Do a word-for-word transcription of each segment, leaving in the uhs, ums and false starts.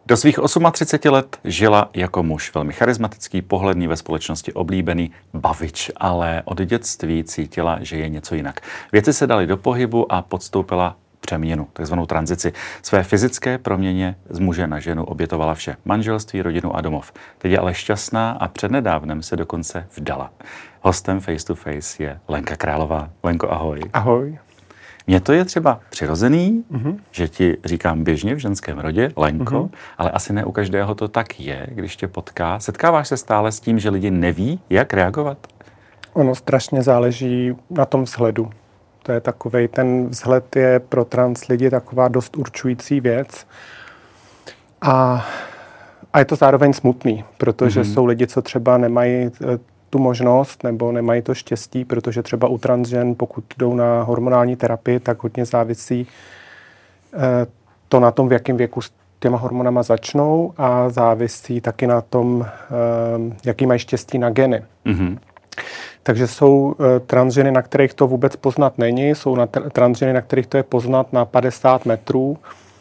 Do svých třiceti osmi let žila jako muž, velmi charismatický, pohledný, ve společnosti oblíbený bavič, ale od dětství cítila, že je něco jinak. Věci se daly do pohybu a podstoupila přeměnu, takzvanou tranzici. Své fyzické proměně z muže na ženu obětovala vše. Manželství, rodinu a domov. Teď je ale šťastná a přednedávnem se dokonce vdala. Hostem Face to Face je Lenka Králová. Lenko, ahoj. Ahoj. Mně to je třeba přirozený, Mm-hmm. že ti říkám běžně v ženském rodě, Lenko, mm-hmm. ale asi ne u každého to tak je, když tě potká. Setkáváš se stále s tím, že lidi neví, jak reagovat? Ono strašně záleží na tom vzhledu. To je takovej, ten vzhled je pro trans lidi taková dost určující věc. A, a je to zároveň smutný, protože mm-hmm. jsou lidi, co třeba nemají tu možnost nebo nemají to štěstí, protože třeba u transžen, pokud jdou na hormonální terapii, tak hodně závisí eh, to na tom, v jakém věku s těma hormonama začnou a závisí taky na tom, eh, jaký mají štěstí na geny. Mm-hmm. Takže jsou eh, transženy, na kterých to vůbec poznat není, jsou na t- transženy, na kterých to je poznat na padesát metrů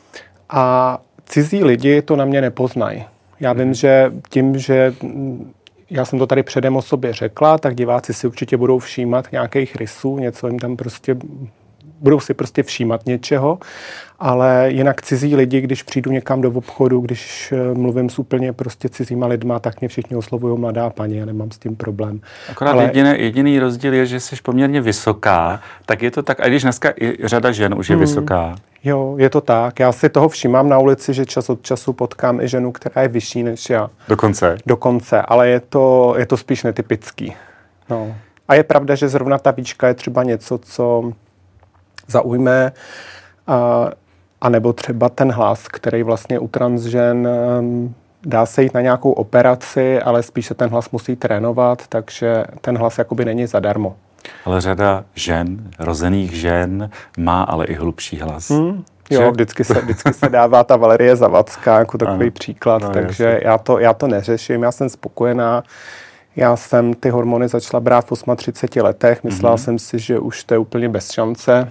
a cizí lidi to na mě nepoznají. Já vím, mm-hmm. že tím, že já jsem to tady předem o sobě řekla, tak diváci si určitě budou všímat nějakých rysů, něco jim tam prostě, budou si prostě všímat něčeho, ale jinak cizí lidi, když přijdu někam do obchodu, když mluvím s úplně prostě cizíma lidma, tak mě všichni oslovují mladá paní, já nemám s tím problém. Akorát ale... jediný, jediný rozdíl je, že jsi poměrně vysoká, tak je to tak, a když dneska i řada žen už je hmm. vysoká. Jo, je to tak. Já si toho všímám na ulici, že čas od času potkám i ženu, která je vyšší než já. Dokonce? Dokonce, ale je to, je to spíš netypický. No. A je pravda, že zrovna ta výška je třeba něco, co zaujme, a, a nebo třeba ten hlas, který vlastně u transžen um, dá se jít na nějakou operaci, ale spíš se ten hlas musí trénovat, takže ten hlas jakoby není zadarmo. Ale řada žen, rozených žen, má ale i hlubší hlas. Hmm. Jo, vždycky se, vždycky se dává ta Valerie Zavacká jako takový ano, příklad, no, takže já to, já to neřeším, já jsem spokojená. Já jsem ty hormony začala brát v třiceti osmi letech, myslela mm-hmm. jsem si, že už to je úplně bez šance,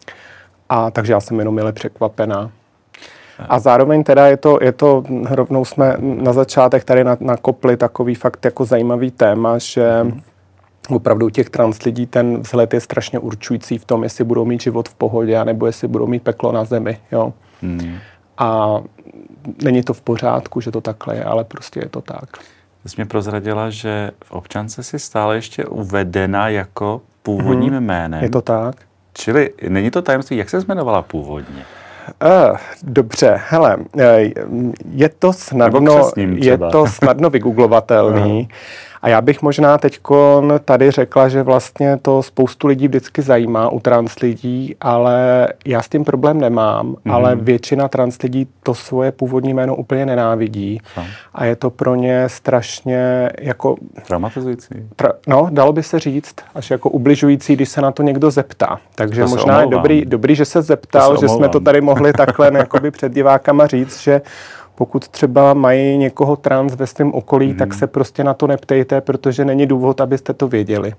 a takže já jsem jenom mile překvapená. A zároveň teda je to, je to, rovnou jsme na začátek tady nakopli takový fakt jako zajímavý téma, že mm. opravdu u těch trans lidí ten vzhled je strašně určující v tom, jestli budou mít život v pohodě, nebo jestli budou mít peklo na zemi. Jo? Mm. A není to v pořádku, že to takhle je, ale prostě je to tak. Ty jsi mě prozradila, že v občance si stále ještě uvedena jako původním mm. jménem. Je to tak. Čili není to tajemství, jak se jmenovala původně? Uh, dobře, hele, je to snadno, je to snadno vygooglovatelný. A já bych možná teďkon tady řekla, že vlastně to spoustu lidí vždycky zajímá u trans lidí, ale já s tím problém nemám, mm-hmm. ale většina trans lidí to svoje původní jméno úplně nenávidí. Co? A je to pro ně strašně jako... traumatizující. Tra, no, dalo by se říct, až jako ubližující, když se na to někdo zeptá. Takže to možná je dobrý, dobrý, že se zeptal, se že jsme to tady mohli takhle jakoby před divákama říct, že pokud třeba mají někoho trans ve svém okolí, mm. tak se prostě na to neptejte, protože není důvod, abyste to věděli.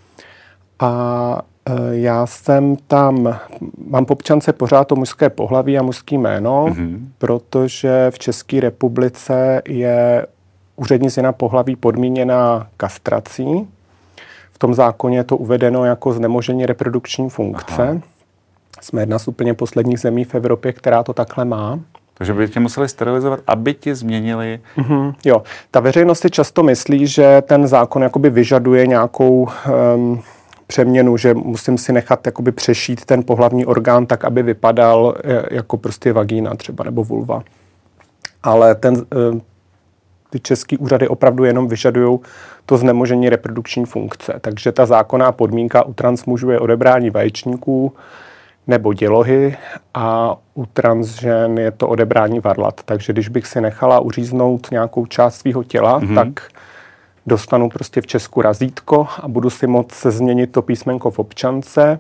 A e, já jsem tam, mám v občance pořád to mužské pohlaví a mužské jméno, mm. protože v České republice je úřední změna pohlaví podmíněná kastrací. V tom zákoně je to uvedeno jako znemožnění reprodukční funkce. Aha. Jsme jedna z úplně posledních zemí v Evropě, která to takhle má. Takže by tě museli sterilizovat, aby ti změnili... Mm-hmm, jo. Ta veřejnost si často myslí, že ten zákon jakoby vyžaduje nějakou um, přeměnu, že musím si nechat jakoby přešít ten pohlavní orgán tak, aby vypadal jako prostě vagína třeba nebo vulva. Ale ten, um, ty český úřady opravdu jenom vyžadují to znemožení reprodukční funkce. Takže ta zákonná podmínka u trans mužů je odebrání vaječníků nebo dělohy a u transžen je to odebrání varlat. Takže když bych si nechala uříznout nějakou část svého těla, mm-hmm. tak dostanu prostě v Česku razítko a budu si moct změnit to písmenko v občance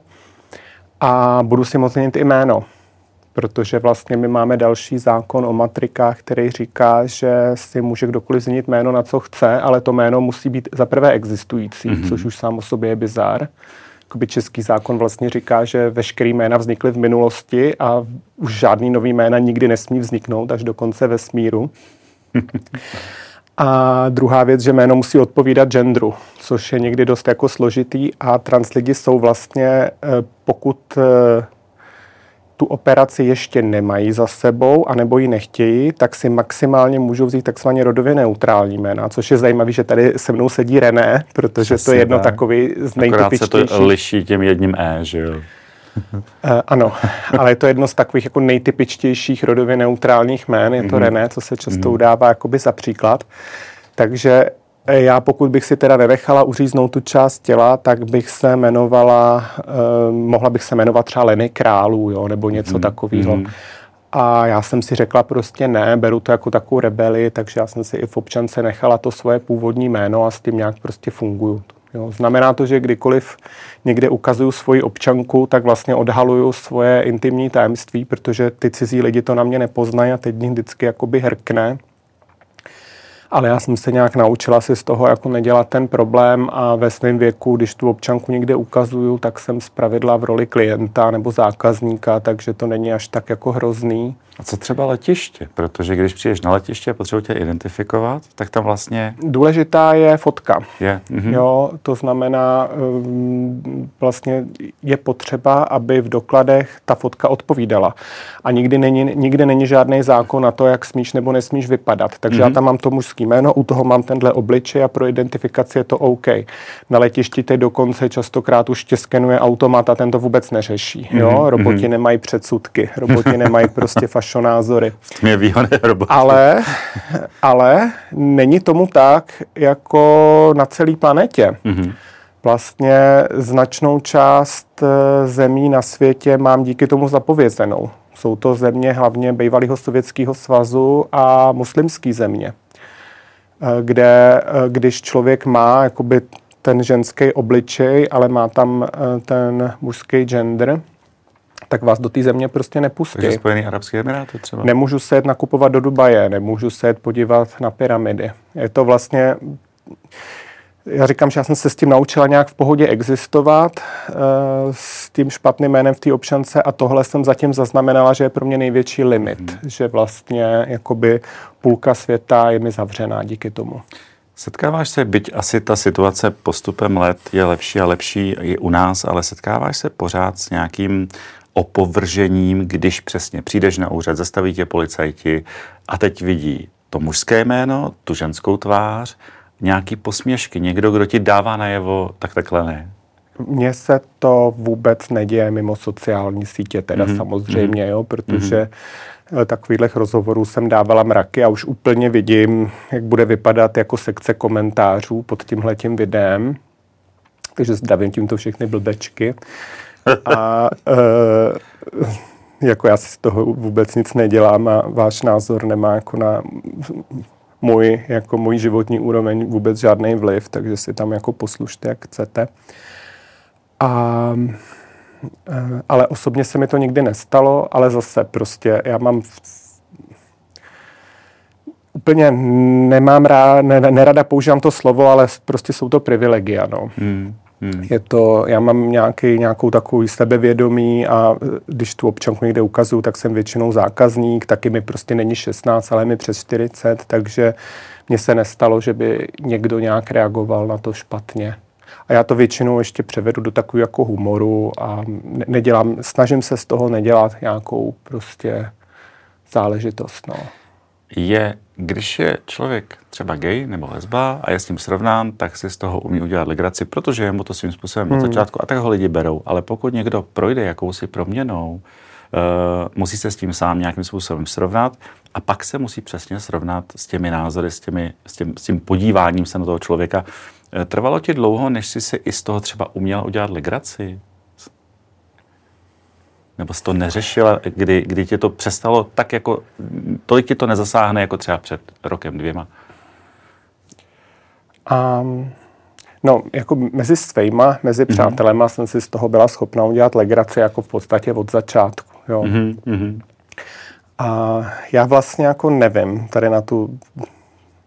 a budu si moct změnit i jméno. Protože vlastně my máme další zákon o matrikách, který říká, že si může kdokoliv změnit jméno na co chce, ale to jméno musí být za prvé existující, mm-hmm. což už sám o sobě je bizár. jakoby český zákon vlastně říká, že veškerý jména vznikly v minulosti a už žádný nový jména nikdy nesmí vzniknout až do konce vesmíru. A druhá věc, že jméno musí odpovídat genderu, což je někdy dost jako složitý a trans lidi jsou vlastně, pokud tu operaci ještě nemají za sebou anebo ji nechtějí, tak si maximálně můžou vzít takzvaně rodově neutrální jména, což je zajímavé, že tady se mnou sedí René, protože Přesně to je jedno tak. takový z nejtypičtějších. Akorát se to liší tím jedním E, že jo? Uh, ano, ale je to jedno z takových jako nejtypičtějších rodově neutrálních jmén, je to mm-hmm. René, co se často mm-hmm. udává jakoby za příklad. Takže já, pokud bych si teda nenechala uříznout tu část těla, tak bych se jmenovala, uh, mohla bych se jmenovat třeba Leny Králů, jo, nebo něco mm-hmm. takového. A já jsem si řekla prostě ne, beru to jako takovou rebeli, takže já jsem si i v občance nechala to svoje původní jméno a s tím nějak prostě funguju. Jo, znamená to, že kdykoliv někde ukazuju svoji občanku, tak vlastně odhaluju svoje intimní tajemství, protože ty cizí lidi to na mě nepoznají a teď mě vždycky jakoby hrkne. Ale já jsem se nějak naučila si z toho jako nedělat ten problém a ve svém věku, když tu občanku někde ukazuju, tak jsem zpravidla v roli klienta nebo zákazníka, takže to není až tak jako hrozný. A co třeba letiště? Protože když přijdeš na letiště a potřebuji tě identifikovat, tak tam vlastně... Důležitá je fotka. Je. Mhm. Jo, to znamená, vlastně je potřeba, aby v dokladech ta fotka odpovídala. A nikdy není, nikdy není žádný zákon na to, jak smíš nebo nesmíš vypadat. Takže mhm. já tam mám to mužský jméno, u toho mám tenhle obličej a pro identifikaci je to OK. Na letišti teď dokonce častokrát už tě skenuje automat a ten to vůbec neřeší. Jo? Mhm. Roboti nemají předsudky, roboti nemají prostě fašonázory. Mě výhody roboti. Ale, ale není tomu tak jako na celé planetě. Mhm. Vlastně značnou část zemí na světě mám díky tomu zapovězenou. Jsou to země hlavně bývalého Sovětského svazu a muslimské země, kde když člověk má jakoby ten ženský obličej, ale má tam ten mužský gender, tak vás do té země prostě nepustí. Takže Spojené arabské emiráty třeba? Nemůžu se jet nakupovat do Dubaje, nemůžu se jet podívat na pyramidy. Je to vlastně... Já říkám, že já jsem se s tím naučila nějak v pohodě existovat, s tím špatným jménem v té občance a tohle jsem zatím zaznamenala, že je pro mě největší limit, hmm. že vlastně jakoby půlka světa je mi zavřená díky tomu. Setkáváš se, byť asi ta situace postupem let je lepší a lepší i u nás, ale setkáváš se pořád s nějakým opovržením, když přesně přijdeš na úřad, zastaví tě policajti a teď vidí to mužské jméno, tu ženskou tvář, nějaký posměšky, někdo, kdo ti dává najevo, tak takhle ne. Mně se to vůbec neděje mimo sociální sítě, teda mm-hmm. samozřejmě, jo, protože mm-hmm. takových rozhovorů jsem dávala mraky a už úplně vidím, jak bude vypadat jako sekce komentářů pod tímhletím videem. Takže zdravím tímto všechny blbečky. A e, jako já si z toho vůbec nic nedělám a váš názor nemá jako na můj, jako můj životní úroveň vůbec žádný vliv, takže si tam jako poslušte, jak chcete. A, e, ale osobně se mi to nikdy nestalo, ale zase prostě já mám v, úplně nemám rád, ne, nerada používám to slovo, ale prostě jsou to privilegia, no. Hmm. Hmm. Je to, já mám nějaký, nějakou takovou sebevědomí a když tu občanku někde ukazuju, tak jsem většinou zákazník, taky mi prostě není šestnáct, ale mi přes čtyřicet, takže mně se nestalo, že by někdo nějak reagoval na to špatně. A já to většinou ještě převedu do takového jako humoru a nedělám, snažím se z toho nedělat nějakou prostě záležitost, no. Je, když je člověk třeba gay nebo lesba a je s tím srovnán, tak si z toho umí udělat legraci, protože je mu to svým způsobem hmm. od začátku a tak ho lidi berou. Ale pokud někdo projde jakousi proměnou, uh, musí se s tím sám nějakým způsobem srovnat a pak se musí přesně srovnat s těmi názory, s, těmi, s, tím, s tím podíváním se na toho člověka. Uh, trvalo ti dlouho, než jsi si i z toho třeba uměla udělat legraci? Nebo jsi to neřešila, kdy, kdy tě to přestalo tak jako, tolik tě to nezasáhne jako třeba před rokem, dvěma? Um, no, jako mezi svejma, mezi mm-hmm. přátelema jsem si z toho byla schopna udělat legraci jako v podstatě od začátku, jo. Mm-hmm. A já vlastně jako nevím tady na tu...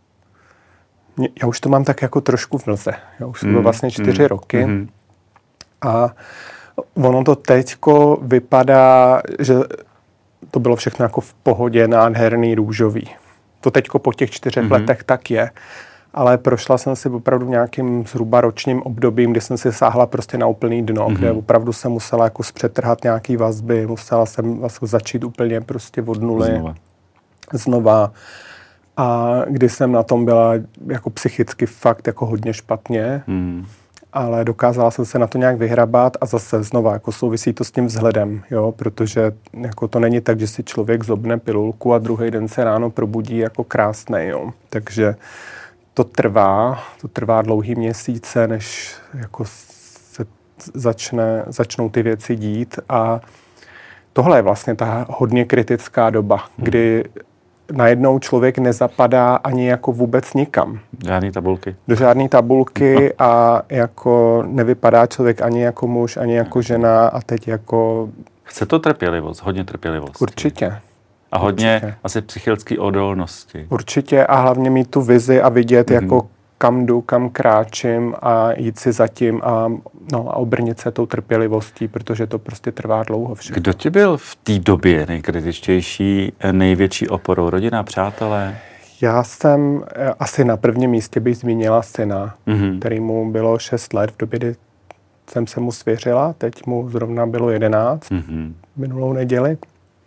Já už to mám tak jako trošku v mlze. Já už jsem mm-hmm. vlastně čtyři mm-hmm. roky. Mm-hmm. A ono to teďko vypadá, že to bylo všechno jako v pohodě, nádherný, růžový. To teďko po těch čtyřech mm-hmm. letech tak je. Ale prošla jsem si opravdu v nějakým zhruba ročním obdobím, kdy jsem si sáhla prostě na úplný dno, mm-hmm. kde opravdu jsem musela jako zpřetrhat nějaký vazby, musela jsem vlastně začít úplně prostě od nuly. Znova. Znova. A kdy jsem na tom byla jako psychicky fakt jako hodně špatně. Mm. Ale dokázala jsem se na to nějak vyhrabat a zase znova jako souvisí to s tím vzhledem, jo, protože jako to není tak, že si člověk zobne pilulku a druhý den se ráno probudí jako krásnej, jo. Takže to trvá, to trvá dlouhý měsíce, než jako se začne, začnou ty věci dít a tohle je vlastně ta hodně kritická doba, hmm. kdy najednou člověk nezapadá ani jako vůbec nikam. Žádný tabulky. Do žádný tabulky a jako nevypadá člověk ani jako muž, ani jako žena a teď jako... Chce to trpělivost, hodně trpělivost. Určitě. A hodně Určitě. asi psychické odolnosti. Určitě a hlavně mít tu vizi a vidět, mm-hmm. jako kam jdu, kam kráčím a jít si zatím a, no, a obrnit se tou trpělivostí, protože to prostě trvá dlouho všechno. Kdo ti byl v té době nejkritičtější, největší oporou? Rodina, přátelé? Já jsem asi na prvním místě bych zmínila syna, mm-hmm. který mu bylo šest let v době, kdy jsem se mu svěřila. Teď mu zrovna bylo jedenáct mm-hmm. minulou neděli.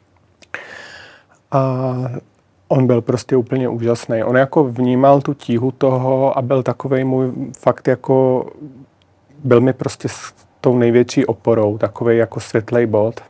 A on byl prostě úplně úžasný. On jako vnímal tu tíhu toho a byl takovej můj fakt jako, byl mi prostě s tou největší oporou, takovej jako světlej bod.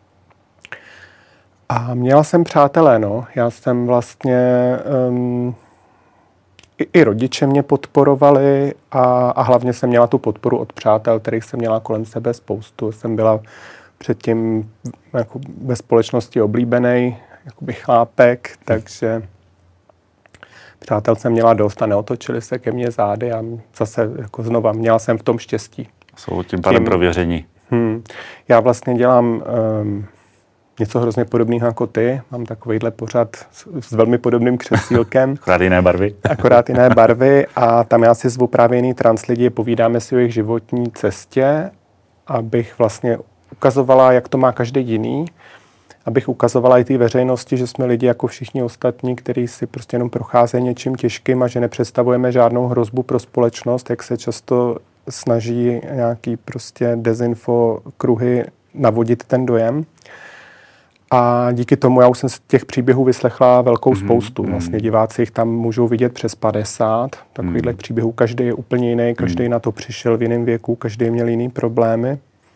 A měla jsem přátelé, no. Já jsem vlastně, um, i, i rodiče mě podporovali a, a hlavně jsem měla tu podporu od přátel, kterých jsem měla kolem sebe spoustu. Jsem byla předtím jako ve společnosti oblíbenej, jakoby chlápek, takže přátel jsem měla dost a neotočili se ke mně zády a zase jako znova měla jsem v tom štěstí. Jsou tím pádem prověření. Hmm, já vlastně dělám um, něco hrozně podobného jako ty. Mám takovejhle pořad s, s velmi podobným křesílkem. Akorát jiné barvy. Akorát jiné barvy a tam já si zvu právě jiný trans lidi, povídáme si o jejich životní cestě, abych vlastně ukazovala, jak to má každý jiný, abych ukazovala i té veřejnosti, že jsme lidi jako všichni ostatní, kteří si prostě jenom procházejí něčím těžkým a že nepředstavujeme žádnou hrozbu pro společnost, jak se často snaží nějaký prostě dezinfo kruhy navodit ten dojem. A díky tomu já už jsem z těch příběhů vyslechla velkou mm-hmm. spoustu. Vlastně diváci jich tam můžou vidět přes padesát. Takovýchhle mm-hmm. příběhů každý je úplně jiný, každý mm-hmm. na to přišel v jiném věku, každý měl jiný problémy.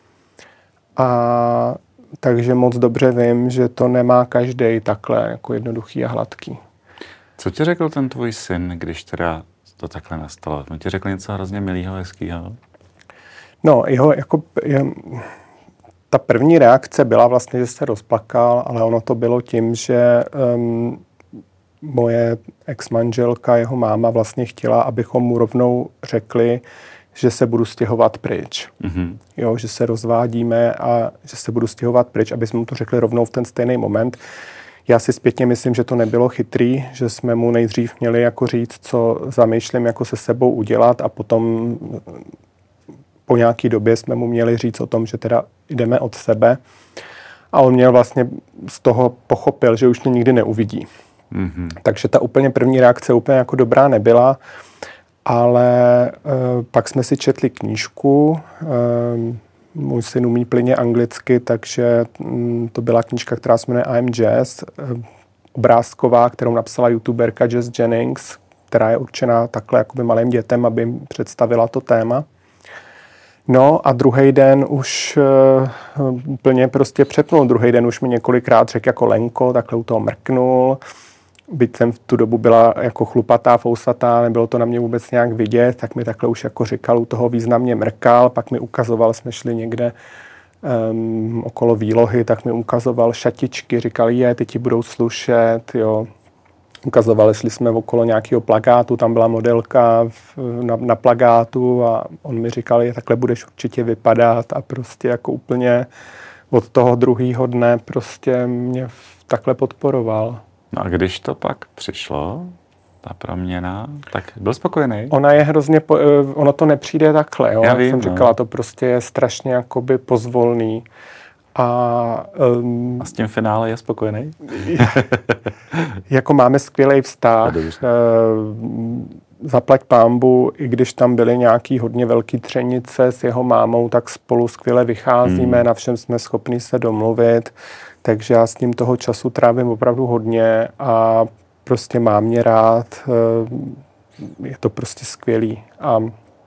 A takže moc dobře vím, že to nemá každý takhle jako jednoduchý a hladký. Co ti řekl ten tvůj syn, když teda to takhle nastalo? On ti řekl něco hrozně milýho, hezkýho? No, jeho jako... Je, ta první reakce byla vlastně, že se rozplakal, ale ono to bylo tím, že um, moje ex-manželka, jeho máma vlastně chtěla, abychom mu rovnou řekli, že se budu stěhovat pryč. Mm-hmm. Jo, že se rozvádíme a že se budu stěhovat pryč, aby jsme mu to řekli rovnou v ten stejný moment. Já si zpětně myslím, že to nebylo chytrý, že jsme mu nejdřív měli jako říct, co zamýšlím jako se sebou udělat a potom po nějaký době jsme mu měli říct o tom, že teda jdeme od sebe. A on měl vlastně z toho pochopil, že už mě nikdy neuvidí. Mm-hmm. Takže ta úplně první reakce úplně jako dobrá nebyla. Ale e, pak jsme si četli knížku, e, můj syn umí plynně anglicky, takže m, to byla knížka, která se jmenuje I'm Jazz, e, obrázková, kterou napsala youtuberka Jazz Jennings, která je určená takhle jakoby malým dětem, aby jim představila to téma. No a druhý den už e, plně prostě přepnul. Druhý den už mi několikrát řekl jako Lenko, takhle u toho mrknul. Byť jsem v tu dobu byla jako chlupatá, fousatá, nebylo to na mě vůbec nějak vidět, tak mi takhle už jako říkal, u toho významně mrkal, pak mi ukazoval, jsme šli někde um, okolo výlohy, tak mi ukazoval šatičky, říkal, je, ty ti budou slušet, jo. Ukazovali, šli jsme okolo nějakého plakátu, tam byla modelka v, na, na plakátu a on mi říkal, je, takhle budeš určitě vypadat a prostě jako úplně od toho druhého dne prostě mě takhle podporoval. No a když to pak přišlo, ta proměna. Tak byl spokojený? Ona je hrozně, po, ono to nepřijde takhle, jo? Já Jak vím, jsem no. říkala, to prostě je strašně jakoby pozvolný. A, um, a s tím finále je spokojený? Jako máme skvělý vztah. Uh, zaplať pánbu, i když tam byly nějaký hodně velký třenice s jeho mámou, tak spolu skvěle vycházíme, hmm. na všem jsme schopni se domluvit, takže já s ním toho času trávím opravdu hodně a prostě mám mě rád. Uh, je to prostě skvělý. A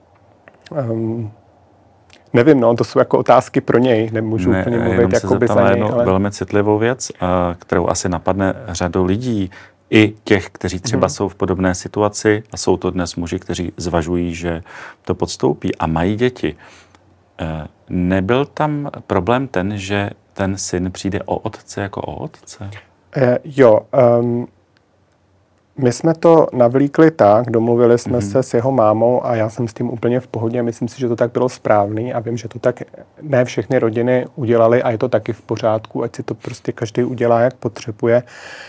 um, nevím, no, to jsou jako otázky pro něj, nemůžu ne, úplně mluvit jakoby za něj. Ale... velmi citlivou věc, kterou asi napadne řadu lidí, i těch, kteří třeba hmm. jsou v podobné situaci a jsou to dnes muži, kteří zvažují, že to podstoupí a mají děti. Nebyl tam problém ten, že ten syn přijde o otce jako o otce? Eh, jo, um, my jsme to navlíkli tak, domluvili jsme mm-hmm. se s jeho mámou a já jsem s tím úplně v pohodě. Myslím si, že to tak bylo správný a vím, že to tak ne všechny rodiny udělali a je to taky v pořádku, ať si to prostě každý udělá, jak potřebuje.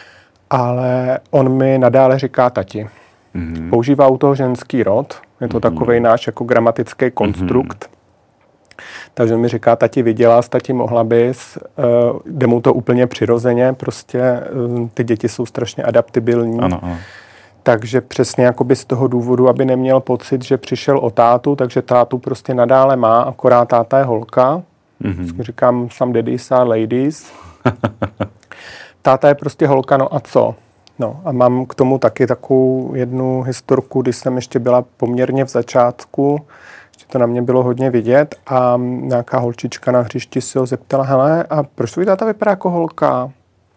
Ale on mi nadále říká tati. Mm-hmm. Používá u toho ženský rod. Je to mm-hmm. takovej náš jako gramatický konstrukt. Mm-hmm. Takže mi říká, tati viděla, tati mohla bys. Uh, jde mu to úplně přirozeně. Prostě uh, ty děti jsou strašně adaptibilní. Ano, ano. Takže přesně jakoby z toho důvodu, aby neměl pocit, že přišel o tátu, takže tátu prostě nadále má, akorát táta je holka. Mm-hmm. Říkám, some daddies are ladies. Táta je prostě holka, no a co? No a mám k tomu taky takovou jednu historku, když jsem ještě byla poměrně v začátku, ještě to na mě bylo hodně vidět a nějaká holčička na hřišti se ho zeptala, hele, a proč tvůj táta vypadá jako holka?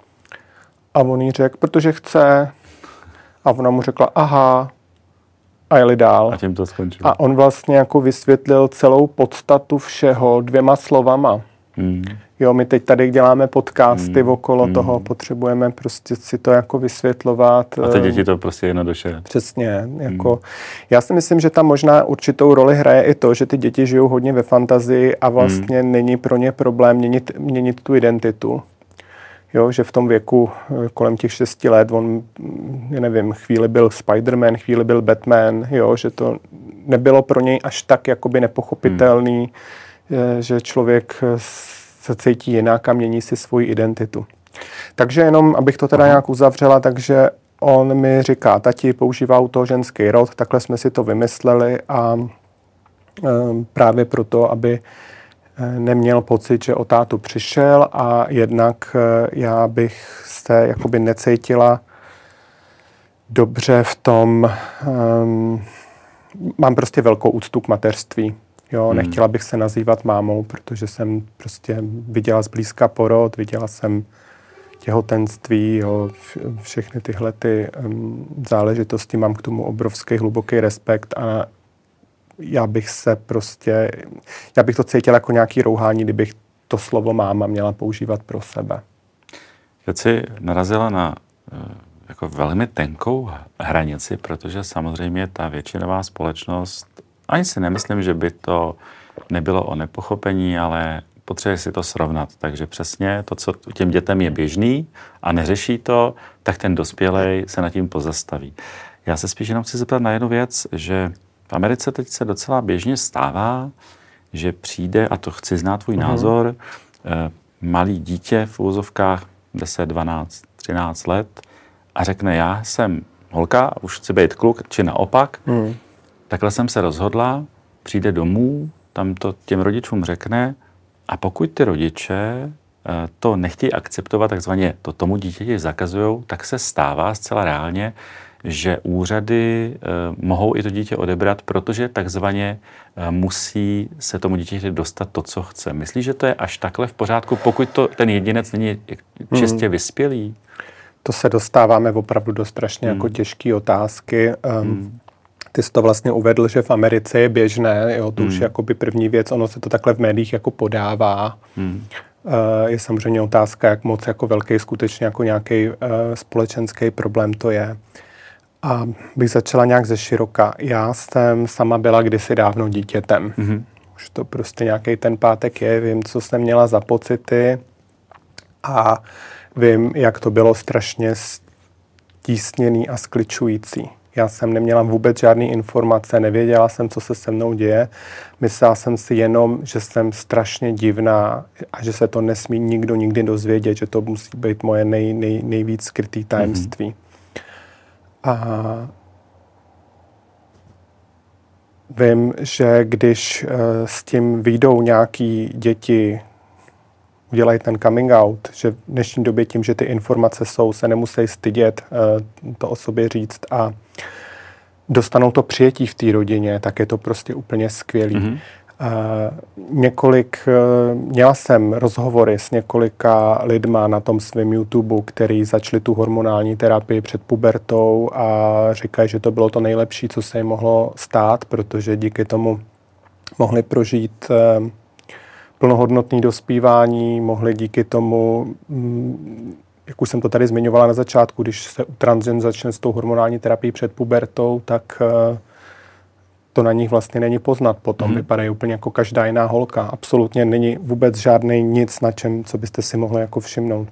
A on jí řekl, protože chce. A ona mu řekla, aha, a jeli dál. A tím to skončilo. A on vlastně jako vysvětlil celou podstatu všeho dvěma slovama. Hmm. Jo, my teď tady děláme podcasty hmm. okolo hmm. toho, potřebujeme prostě si to jako vysvětlovat. A ty děti to prostě jednoduše. Přesně. Jako, hmm. Já si myslím, že tam možná určitou roli hraje i to, že ty děti žijou hodně ve fantazii a vlastně hmm. není pro ně problém měnit, měnit tu identitu. Jo, že v tom věku kolem těch šesti let, on, já nevím, chvíli byl Spider-Man, chvíli byl Batman, jo, že to nebylo pro něj až tak jakoby nepochopitelný, hmm. že člověk se cítí jinak a mění si svoji identitu. Takže jenom, abych to teda Aha. nějak uzavřela, takže on mi říká, tati, používá u toho ženský rod, takhle jsme si to vymysleli a e, právě proto, aby neměl pocit, že o tátu přišel a jednak já bych se jakoby necítila dobře v tom, um, mám prostě velkou úctu k mateřství. Jo, hmm. nechtěla bych se nazývat mámou, protože jsem prostě viděla zblízka porod, viděla jsem těhotenství, jo, všechny tyhle ty um, záležitosti, mám k tomu obrovský hluboký respekt a já bych se prostě, já bych to cítil jako nějaký rouhání, kdybych to slovo máma měla používat pro sebe. Teď jsi narazila na jako velmi tenkou hranici, protože samozřejmě ta většinová společnost, ani si nemyslím, že by to nebylo o nepochopení, ale potřebuje si to srovnat. Takže přesně to, co těm dětem je běžný a neřeší to, tak ten dospělej se nad tím pozastaví. Já se spíš jenom chci zeptat na jednu věc, že v Americe teď se docela běžně stává, že přijde, a to chci znát tvůj uh-huh. názor, eh, malý dítě v úvozovkách deset, dvanáct, třináct let a řekne, já jsem holka a už chci být kluk, či naopak. Uh-huh. Takhle jsem se rozhodla, přijde domů, tam to těm rodičům řekne a pokud ty rodiče eh, to nechtějí akceptovat, takzvaně to tomu dítěti zakazujou, tak se stává zcela reálně, že úřady eh, mohou i to dítě odebrat, protože takzvaně eh, musí se tomu dítěti dostat to, co chce. Myslíš, že to je až takhle v pořádku, pokud to ten jedinec není čistě hmm. vyspělý? To se dostáváme opravdu do strašně hmm. jako těžké otázky. Um, hmm. Ty jsi to vlastně uvedl, že v Americe je běžné, jo, to hmm. už je jakoby první věc, ono se to takhle v médiích jako podává. Hmm. Uh, je samozřejmě otázka, jak moc jako velký skutečně jako nějaký uh, společenský problém to je. A bych začala nějak ze široka. Já jsem sama byla kdysi dávno dítětem. Mm-hmm. Už to prostě nějaký ten pátek je, vím, co jsem měla za pocity a vím, jak to bylo strašně stísněný a skličující. Já jsem neměla vůbec žádné informace, nevěděla jsem, co se se mnou děje. Myslela jsem si jenom, že jsem strašně divná a že se to nesmí nikdo nikdy dozvědět, že to musí být moje nej, nej, nejvíc skrytý tajemství. Mm-hmm. A vím, že když uh, s tím vyjdou nějaký děti, udělají ten coming out, že v dnešní době tím, že ty informace jsou, se nemusí stydět uh, to o sobě říct a dostanou to přijetí v té rodině, tak je to prostě úplně skvělý. Mm-hmm. Uh, několik, uh, měla jsem rozhovory s několika lidma na tom svém YouTube, který začali tu hormonální terapii před pubertou a říkají, že to bylo to nejlepší, co se jim mohlo stát, protože díky tomu mohli prožít uh, plnohodnotné dospívání, mohli díky tomu, mm, jak už jsem to tady zmiňovala na začátku, když se u transžen začne s tou hormonální terapií před pubertou, tak uh, to na nich vlastně není poznat potom. Hmm. Vypadají úplně jako každá jiná holka. Absolutně není vůbec žádný nic, na čem, co byste si mohli jako všimnout.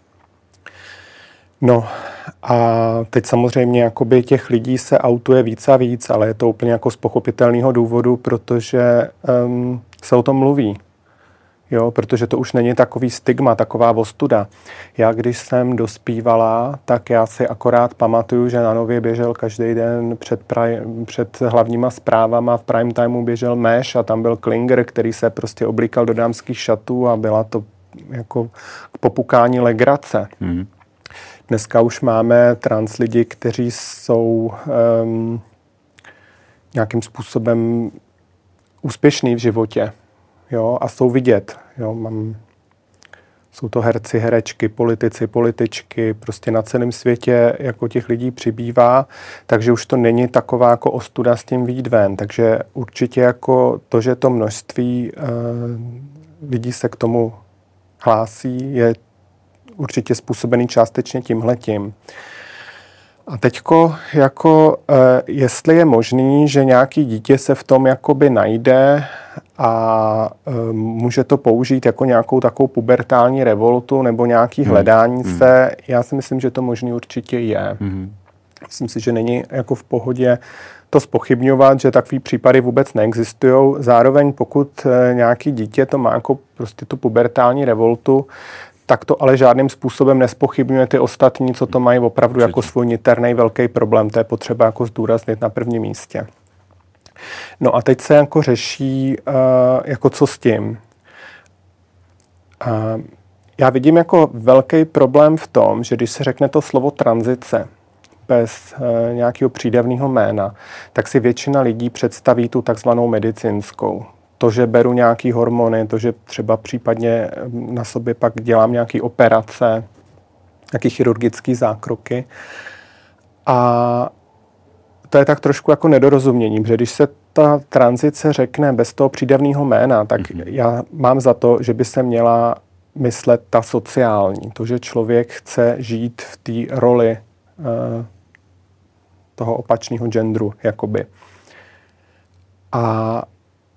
No a teď samozřejmě jakoby těch lidí se autuje víc a víc, ale je to úplně jako z pochopitelného důvodu, protože um, se o tom mluví. Jo, protože to už není takový stigma, taková ostuda. Já, když jsem dospívala, tak já si akorát pamatuju, že na Nově běžel každý den před, praj, před hlavníma zprávama v prime timeu běžel Meš a tam byl Klinger, který se prostě oblíkal do dámských šatů a byla to jako k popukání legrace. Mm. Dneska už máme trans lidi, kteří jsou um, nějakým způsobem úspěšní v životě. Jo, a jsou vidět. Jo, mám, jsou to herci, herečky, politici, političky, prostě na celém světě jako těch lidí přibývá, takže už to není taková jako ostuda s tím vyjít ven. Takže určitě jako to, že to množství uh, lidí se k tomu hlásí, je určitě způsobený částečně tímhletím. A teďko, jako, e, jestli je možný, že nějaký dítě se v tom jakoby najde a e, může to použít jako nějakou takovou pubertální revoltu nebo nějaký hmm. hledání hmm. se, já si myslím, že to možný určitě je. Hmm. Myslím si, že není jako v pohodě to zpochybňovat, že takový případy vůbec neexistují. Zároveň pokud e, nějaký dítě to má jako prostě tu pubertální revoltu, tak to ale žádným způsobem nespochybňuje ty ostatní, co to mají opravdu jako svůj niterný velký problém. To je potřeba jako zdůraznit na prvním místě. No a teď se jako řeší, uh, jako co s tím. Uh, já vidím jako velký problém v tom, že když se řekne to slovo tranzice bez uh, nějakého přídavného jména, tak si většina lidí představí tu takzvanou medicínskou. To, že beru nějaký hormony, to, že třeba případně na sobě pak dělám nějaké operace, nějaké chirurgické zákroky. A to je tak trošku jako nedorozumění, protože když se ta tranzice řekne bez toho přídavného jména, tak mm-hmm. já mám za to, že by se měla myslet ta sociální. To, že člověk chce žít v té roli uh, toho opačného genderu, jakoby. A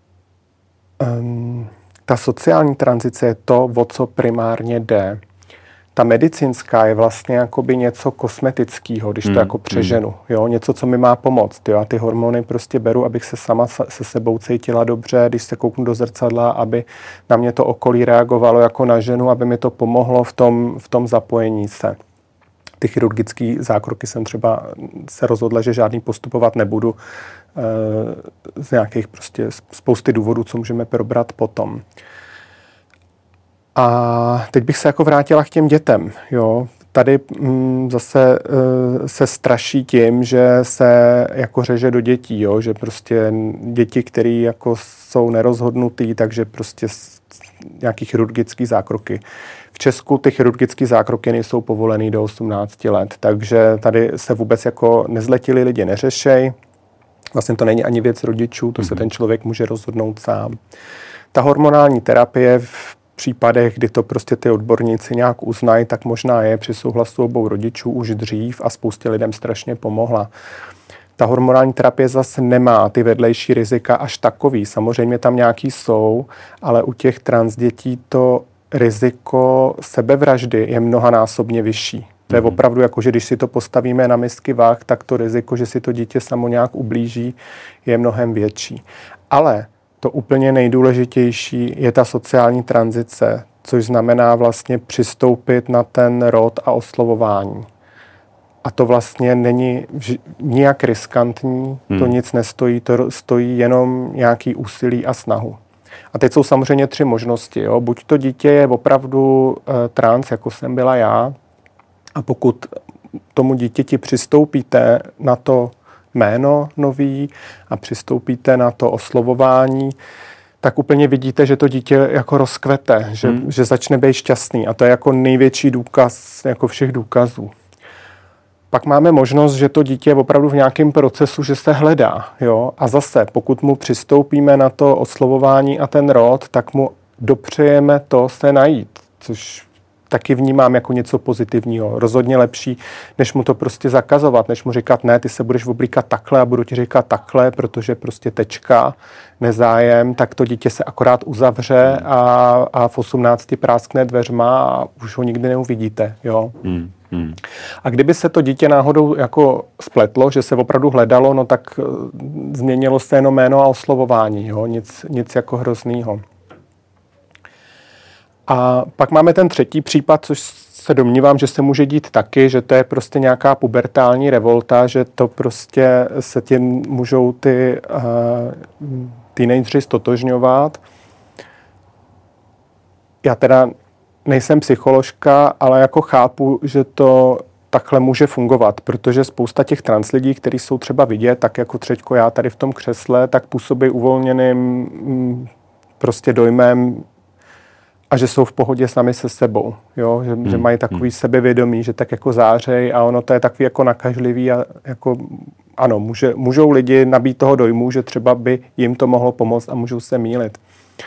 Um, ta sociální tranzice je to, o co primárně jde. Ta medicínská je vlastně jakoby něco kosmetického, když to mm, jako přeženu. Mm. Jo? Něco, co mi má pomoct. Jo? A ty hormony prostě beru, abych se sama se sebou cítila dobře, když se kouknu do zrcadla, aby na mě to okolí reagovalo jako na ženu, aby mi to pomohlo v tom, v tom zapojení se. Ty chirurgické zákroky jsem třeba se rozhodla, že žádný postupovat nebudu z nějakých prostě spousty důvodů, co můžeme probrat potom. A teď bych se jako vrátila k těm dětem. Jo. Tady mm, zase uh, se straší tím, že se jako řeže do dětí, jo. Že prostě děti, které jako jsou nerozhodnutý, takže prostě nějaký chirurgický zákroky. V Česku ty chirurgické zákroky nejsou povolený do osmnácti let, takže tady se vůbec jako nezletili lidi neřešej. Vlastně to není ani věc rodičů, to mm-hmm. se ten člověk může rozhodnout sám. Ta hormonální terapie v případech, kdy to prostě ty odborníci nějak uznají, tak možná je při souhlasu obou rodičů už dřív a spoustě lidem strašně pomohla. Ta hormonální terapie zase nemá ty vedlejší rizika až takový. Samozřejmě tam nějaký jsou, ale u těch trans dětí to riziko sebevraždy je mnohanásobně vyšší. To je opravdu jako, že když si to postavíme na misky váh, tak to riziko, že si to dítě samo nějak ublíží, je mnohem větší. Ale to úplně nejdůležitější je ta sociální tranzice, což znamená vlastně přistoupit na ten rod a oslovování. A to vlastně není nijak riskantní, hmm. to nic nestojí, to stojí jenom nějaký úsilí a snahu. A teď jsou samozřejmě tři možnosti. Jo. Buď to dítě je opravdu uh, trans, jako jsem byla já, a pokud tomu dítěti přistoupíte na to jméno nový a přistoupíte na to oslovování, tak úplně vidíte, že to dítě jako rozkvete, že, hmm. že začne být šťastný. A to je jako největší důkaz jako všech důkazů. Pak máme možnost, že to dítě je opravdu v nějakém procesu, že se hledá. Jo? A zase, pokud mu přistoupíme na to oslovování a ten rod, tak mu dopřejeme to se najít, což taky vnímám jako něco pozitivního. Rozhodně lepší, než mu to prostě zakazovat, než mu říkat, ne, ty se budeš oblíkat takhle a budu ti říkat takhle, protože prostě tečka, nezájem, tak to dítě se akorát uzavře a, a v osmnácti práskne dveřma a už ho nikdy neuvidíte. Jo? Hmm. Hmm. A kdyby se to dítě náhodou jako spletlo, že se opravdu hledalo, no tak změnilo se jenom jméno a oslovování, jo? Nic, nic jako hroznýho. A pak máme ten třetí případ, což se domnívám, že se může dít taky, že to je prostě nějaká pubertální revolta, že to prostě se tím můžou ty uh, teenageři stotožňovat. Já teda nejsem psycholožka, ale jako chápu, že to takhle může fungovat, protože spousta těch trans lidí, kteří jsou třeba vidět, tak jako třeďko já tady v tom křesle, tak působí uvolněným prostě dojmem a že jsou v pohodě sami se sebou, jo? Že, hmm. že mají takový hmm. sebevědomí, že tak jako zářej a ono to je takový jako nakažlivý a jako ano, může, můžou lidi nabít toho dojmu, že třeba by jim to mohlo pomoct a můžou se mýlit.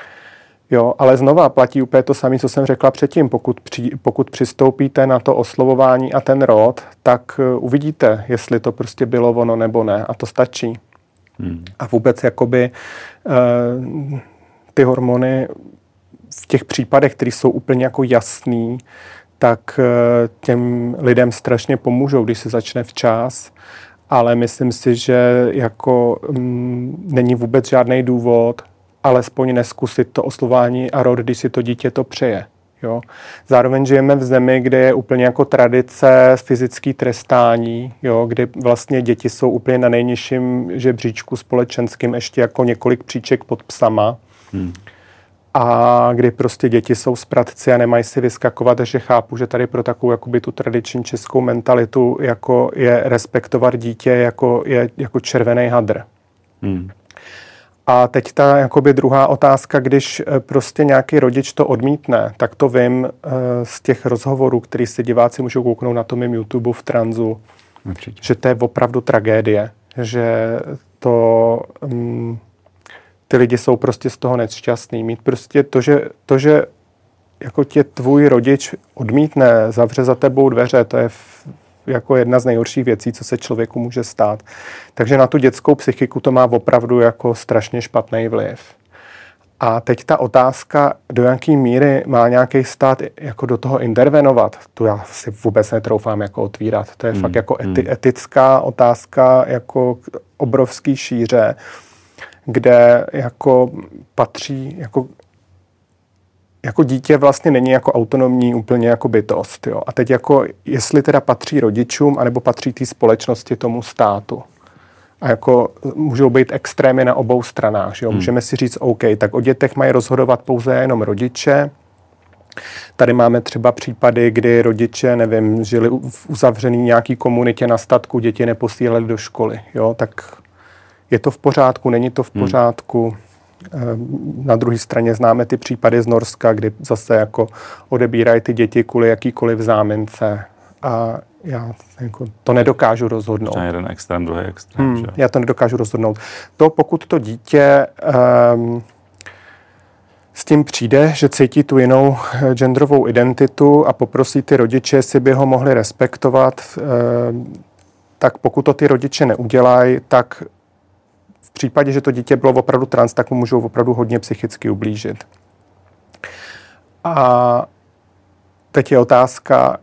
Jo, ale znova platí úplně to samé, co jsem řekla předtím. Pokud, při, pokud přistoupíte na to oslovování a ten rod, tak uh, uvidíte, jestli to prostě bylo ono nebo ne. A to stačí. Hmm. A vůbec jakoby uh, ty hormony v těch případech, které jsou úplně jako jasný, tak uh, těm lidem strašně pomůžou, když se začne včas. Ale myslím si, že jako um, není vůbec žádný důvod, alespoň neskusit to oslovování a rod, když si to dítě to přeje. Jo. Zároveň žijeme v zemi, kde je úplně jako tradice fyzické trestání, jo, kdy vlastně děti jsou úplně na nejnižším žebříčku společenským, ještě jako několik příček pod psama. Hmm. A kdy prostě děti jsou spratci a nemají si vyskakovat, takže chápu, že tady pro takovou jakoby tu tradiční českou mentalitu jako je respektovat dítě jako, je, jako červený hadr. Hmm. A teď ta jakoby druhá otázka, když prostě nějaký rodič to odmítne, tak to vím z těch rozhovorů, který si diváci můžou kouknout na tom mým YouTube v tranzu, určitě, že to je opravdu tragédie, že to um, ty lidi jsou prostě z toho nešťastný. Mít prostě to, že, to, že jako tě tvůj rodič odmítne, zavře za tebou dveře, to je v, jako jedna z nejhorších věcí, co se člověku může stát. Takže na tu dětskou psychiku to má opravdu jako strašně špatný vliv. A teď ta otázka, do jaké míry má nějaký stát jako do toho intervenovat, tu já si vůbec netroufám jako otvírat. To je hmm. fakt jako eti- etická otázka jako obrovský šíře, kde jako patří jako jako dítě vlastně není jako autonomní úplně jako bytost. Jo. A teď jako, jestli teda patří rodičům, anebo patří té společnosti tomu státu. A jako můžou být extrémy na obou stranách. Jo. Hmm. Můžeme si říct, OK, tak o dětech mají rozhodovat pouze jenom rodiče. Tady máme třeba případy, kdy rodiče, nevím, žili v uzavřený nějaký komunitě na statku, děti neposílali do školy. Jo. Tak je to v pořádku, není to v pořádku. Hmm. Na druhé straně známe ty případy z Norska, kdy zase jako odebírají ty děti kvůli jakýkoliv zámince. A já jako to nedokážu rozhodnout. Možná jeden extrém, druhý extrém. Hmm, já to nedokážu rozhodnout. To, pokud to dítě um, s tím přijde, že cítí tu jinou genderovou identitu a poprosí ty rodiče, jestli by ho mohli respektovat, um, tak pokud to ty rodiče neudělají, tak v případě, že to dítě bylo opravdu trans, tak mu můžou opravdu hodně psychicky ublížit. A teď je otázka,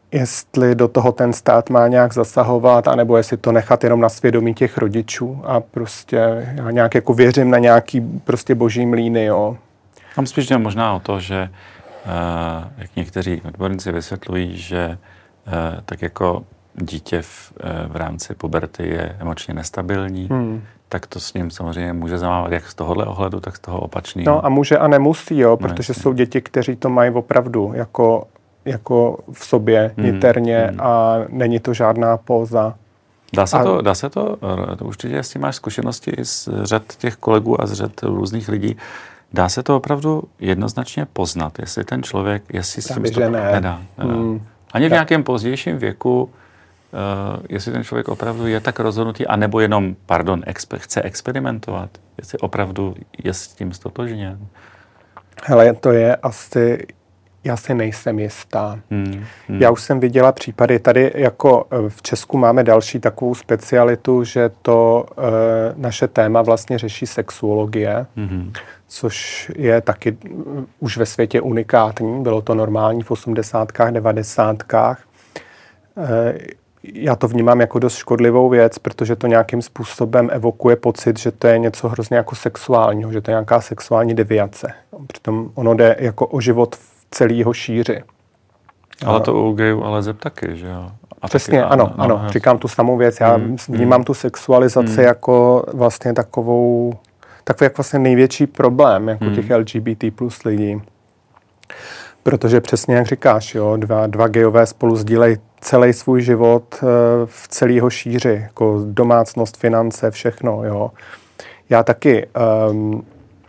jestli do toho ten stát má nějak zasahovat, anebo jestli to nechat jenom na svědomí těch rodičů a prostě já nějak jako věřím na nějaký prostě boží mlýny, jo. Tam spíš jde možná o to, že uh, jak někteří odborníci vysvětlují, že uh, tak jako dítě v, uh, v rámci puberty je emočně nestabilní, hmm. tak to s ním samozřejmě může zamávat jak z tohohle ohledu, tak z toho opačného. No a může a nemusí, jo, protože no, jsou děti, kteří to mají opravdu jako, jako v sobě niterně hmm. a není to žádná póza. Dá se, a... to, dá se to, to určitě s tím máš zkušenosti i z řad těch kolegů a z řad různých lidí, dá se to opravdu jednoznačně poznat, jestli ten člověk, jestli s tím to ne. nedá. nedá. Hmm. Ani v nějakém pozdějším věku, Uh, jestli ten člověk opravdu je tak rozhodnutý, anebo jenom, pardon, exper- chce experimentovat, jestli opravdu je s tím stotožněn. Hele, to je asi, já si nejsem jistá. Hmm, hmm. Já už jsem viděla případy, tady jako v Česku máme další takovou specialitu, že to e, naše téma vlastně řeší sexuologie, hmm. což je taky už ve světě unikátní, bylo to normální v osmdesátkách, devadesátkách. E, Já to vnímám jako dost škodlivou věc, protože to nějakým způsobem evokuje pocit, že to je něco hrozně jako sexuálního, že to je nějaká sexuální deviace. Přitom ono jde jako o život v celého šíři. Ale to u gayů ale zeb taky, že jo? A přesně, taky, ano, no, ano, no, říkám tu samou věc. Já hmm, vnímám hmm. tu sexualizaci hmm. jako vlastně takovou, takový jak vlastně největší problém jako hmm. těch L G B T plus lidí. Protože přesně jak říkáš, jo, dva, dva gayové spolu sdílejí celý svůj život e, v celého šíři, jako domácnost, finance, všechno, jo. Já taky um,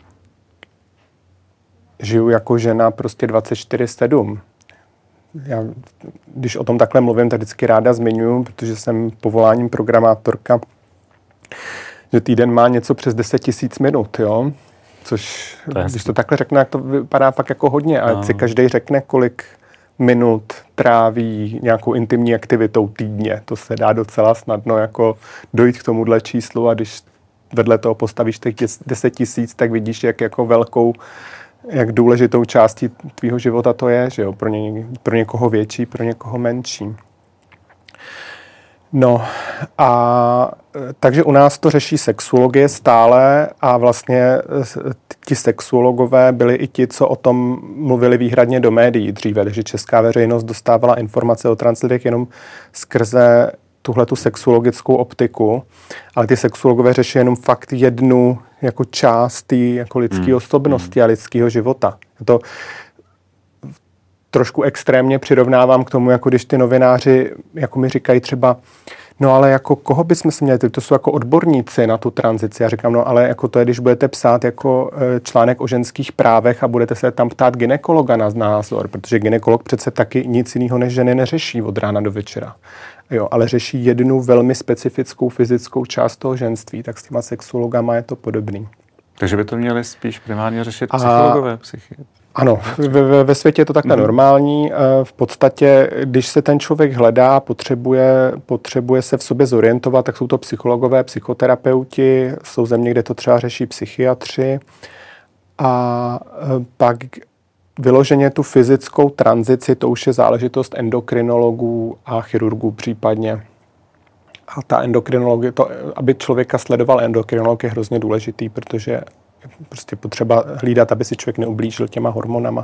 žiju jako žena prostě dvacet čtyři sedm. Já, když o tom takhle mluvím, tak vždycky ráda zmiňuji, protože jsem povoláním programátorka, že týden má něco přes deset tisíc minut, jo. Což, to když to takhle řeknu, jak to vypadá fakt jako hodně. A no. si každý řekne, kolik minut tráví nějakou intimní aktivitou týdně. To se dá docela snadno jako dojít k tomuhle číslu a když vedle toho postavíš těch deset tisíc, tak vidíš, jak jako velkou, jak důležitou částí tvýho života to je, že jo? Pro, ně, pro někoho větší, pro někoho menší. No a takže u nás to řeší sexuologie stále a vlastně ti sexuologové byli i ti, co o tom mluvili výhradně do médií dříve, takže česká veřejnost dostávala informace o translidech jenom skrze tuhletu sexuologickou optiku, ale ty sexuologové řeší jenom fakt jednu jako část té jako lidské hmm. osobnosti hmm. a lidského života. To trošku extrémně přirovnávám k tomu, jako když ty novináři jako mi říkají třeba, no ale jako koho bychom se měli, to jsou jako odborníci na tu tranzici. Já říkám, no ale jako to je, když budete psát jako článek o ženských právech a budete se tam ptát gynekologa na názor, protože gynekolog přece taky nic jiného než ženy neřeší od rána do večera. Jo, ale řeší jednu velmi specifickou fyzickou část toho ženství, tak s těma sexuologama je to podobný. Takže by to měli spíš primárně řešit psychologové, psychi. Ano, ve, ve světě je to takhle mm. normální. V podstatě, když se ten člověk hledá, potřebuje, potřebuje se v sobě zorientovat, tak jsou to psychologové, psychoterapeuti, jsou země, kde to třeba řeší psychiatři. A pak vyloženě tu fyzickou tranzici, to už je záležitost endokrinologů a chirurgů případně. A ta endokrinologie, to, aby člověka sledoval endokrinolog, je hrozně důležitý, protože prostě potřeba hlídat, aby si člověk neublížil těma hormonama.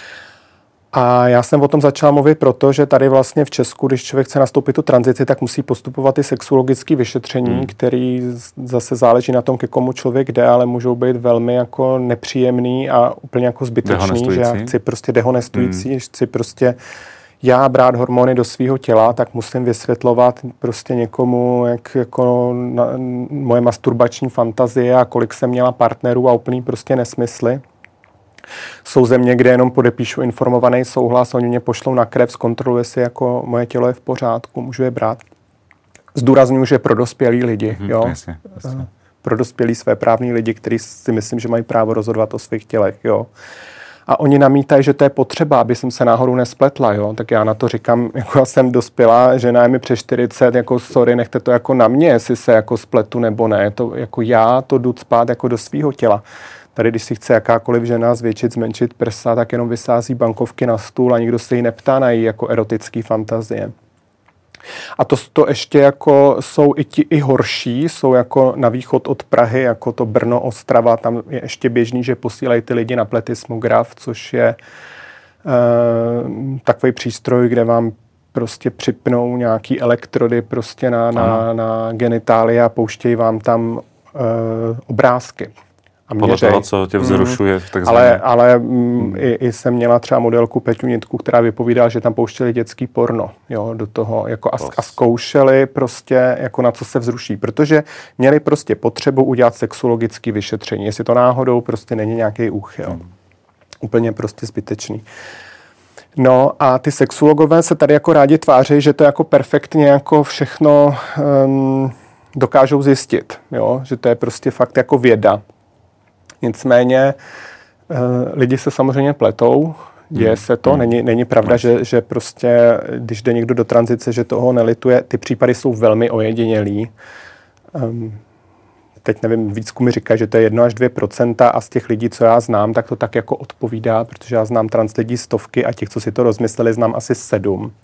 A já jsem o tom začala mluvit proto, že tady vlastně v Česku, když člověk chce nastoupit tu tranzici, tak musí postupovat i sexuologické vyšetření, hmm. který zase záleží na tom, ke komu člověk jde, ale můžou být velmi jako nepříjemný a úplně jako zbytečný, že já chci prostě dehonestující, hmm. chci prostě já brát hormony do svého těla, tak musím vysvětlovat prostě někomu, jak jako na, moje masturbační fantazie a kolik jsem měla partnerů a úplný prostě nesmysly. Jsou země, kde jenom podepíšu informovaný souhlas, oni mě pošlou na krev, zkontroluje si, jako moje tělo je v pořádku, můžu je brát. Zdůrazňuji, že pro dospělý lidi, mm, jo. Jasně, jasně. Pro dospělý svéprávný lidi, kteří si myslím, že mají právo rozhodovat o svých tělech, jo. A oni namítají, že to je potřeba, aby jsem se náhodou nespletla, jo. Tak já na to říkám, jako já jsem dospělá, žena je mi přes čtyřicet, jako sorry, nechte to jako na mě, jestli se jako spletu nebo ne. To jako já to jdu spát jako do svého těla. Tady, když si chce jakákoliv žena zvětšit, zmenšit prsa, tak jenom vysází bankovky na stůl a nikdo se jí neptá na její jako erotický fantazie. A to, to ještě jako jsou i ti i horší, jsou jako na východ od Prahy, jako to Brno, Ostrava, tam je ještě běžný, že posílají ty lidi na pletismograf, což je uh, takový přístroj, kde vám prostě připnou nějaký elektrody prostě na, na, na genitálie a pouštějí vám tam uh, obrázky. A podle toho, co tě vzrušuje. Mm. Tak ale ale mm, i, i jsem měla třeba modelku Peťu Nitku, která vypovídala, že tam pouštěli dětský porno, jo, do toho, jako a, a zkoušeli prostě, jako na co se vzruší, protože měli prostě potřebu udělat sexuologické vyšetření, jestli to náhodou prostě není nějaký úchyl. Mm. Úplně prostě zbytečný. No a ty sexuologové se tady jako rádi tváří, že to jako perfektně jako všechno um, dokážou zjistit, jo, že to je prostě fakt jako věda. Nicméně uh, lidi se samozřejmě pletou, děje se to, není, není pravda, že, že prostě, když jde někdo do tranzice, že toho nelituje, ty případy jsou velmi ojedinělý. Um, teď nevím, výzkumy říkají, že to je jedno až dvě procenta a z těch lidí, co já znám, tak to tak jako odpovídá, protože já znám trans lidí stovky a těch, co si to rozmysleli, znám asi sedm.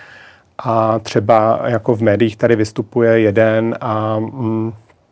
A třeba jako v médiích tady vystupuje jeden a mm,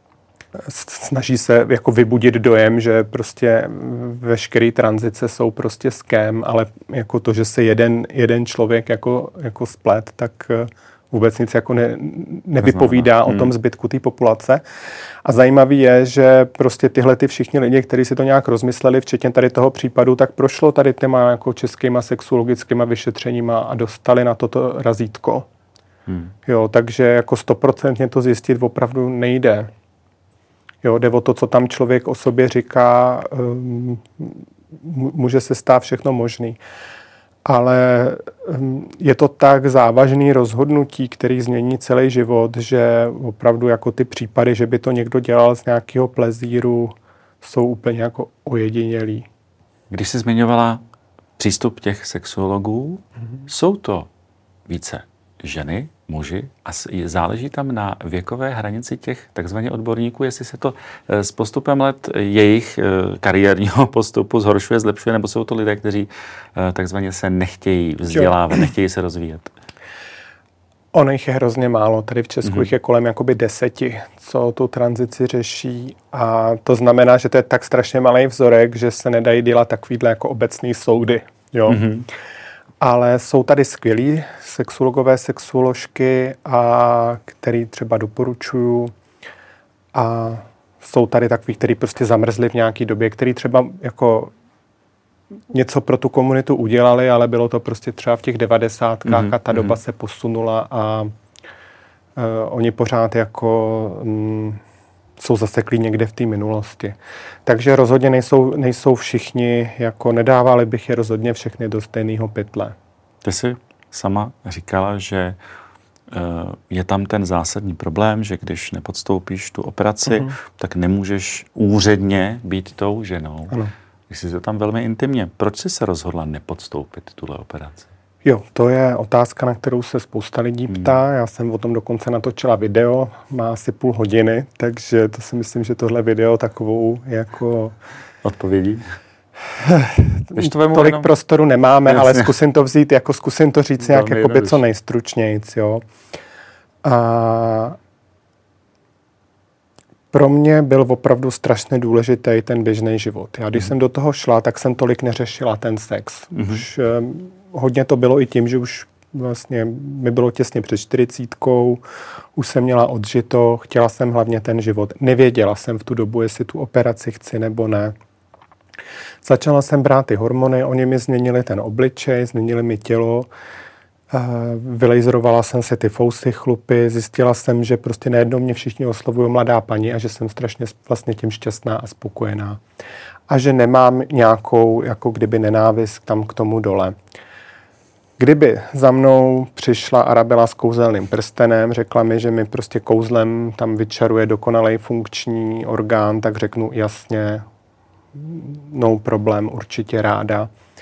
snaží se jako vybudit dojem, že prostě veškeré tranzice jsou prostě scam, ale jako to, že se jeden, jeden člověk jako, jako splet, tak vůbec nic jako ne, nevypovídá hmm. o tom zbytku té populace. A zajímavý je, že prostě tyhle ty všichni lidi, kteří si to nějak rozmysleli, včetně tady toho případu, tak prošlo tady těma jako českýma sexuologickýma vyšetřeníma a dostali na toto razítko. Hmm. Jo, takže jako stoprocentně to zjistit opravdu nejde. Jo, jde o to, co tam člověk o sobě říká, um, může se stát všechno možný. Ale um, je to tak závažný rozhodnutí, který změní celý život, že opravdu jako ty případy, že by to někdo dělal z nějakého plezíru, jsou úplně jako ojedinělý. Když jsi zmiňovala přístup těch sexuologů, mm-hmm. jsou to více ženy, muži a záleží tam na věkové hranici těch takzvaně odborníků, jestli se to s postupem let jejich kariérního postupu zhoršuje, zlepšuje, nebo jsou to lidé, kteří takzvaně se nechtějí vzdělávat, nechtějí se rozvíjet? Ono jich je hrozně málo. Tady v Česku mm-hmm. jich je kolem jakoby deseti, co tu tranzici řeší. A to znamená, že to je tak strašně malý vzorek, že se nedají dělat takovýhle jako obecný soudy. Jo? Mm-hmm. Ale jsou tady skvělí sexuologové, sexuoložky, a který třeba doporučuju. A jsou tady takový, který prostě zamrzli v nějaký době, který třeba jako něco pro tu komunitu udělali, ale bylo to prostě třeba v těch devadesátkách mm-hmm. a ta doba mm-hmm. se posunula a uh, oni pořád jako um, jsou zaseklí někde v té minulosti. Takže rozhodně nejsou, nejsou všichni, jako nedávali bych je rozhodně všechny do stejného pytle. Ty jsi sama říkala, že uh, je tam ten zásadní problém, že když nepodstoupíš tu operaci, uh-huh. tak nemůžeš úředně být tou ženou. Ano. Když jsi to tam velmi intimně. Proč jsi se rozhodla nepodstoupit tuhle operaci? Jo, to je otázka, na kterou se spousta lidí ptá. Hmm. Já jsem o tom dokonce natočila video, má asi půl hodiny, takže to si myslím, že tohle video takovou jako... Odpovědí? Tolik jenom... prostoru nemáme, jasně. Ale zkusím to vzít, jako zkusím to říct nějak jakoby co nejstručnějc, jo. A pro mě byl opravdu strašně důležitý ten běžný život. Já když mm. jsem do toho šla, tak jsem tolik neřešila ten sex. Mm. Už um, hodně to bylo i tím, že už vlastně mi bylo těsně před čtyřicítkou, už jsem měla odžito, chtěla jsem hlavně ten život. Nevěděla jsem v tu dobu, jestli tu operaci chci nebo ne. Začala jsem brát ty hormony, oni mi změnili ten obličej, změnili mi tělo, vylejzorovala jsem se ty fousy, chlupy, zjistila jsem, že prostě najednou mě všichni oslovují mladá paní a že jsem strašně vlastně tím šťastná a spokojená. A že nemám nějakou, jako kdyby nenávist tam k tomu dole. Kdyby za mnou přišla Arabela s kouzelným prstenem, řekla mi, že mi prostě kouzlem tam vyčaruje dokonalej funkční orgán, tak řeknu jasně, no problém, určitě ráda.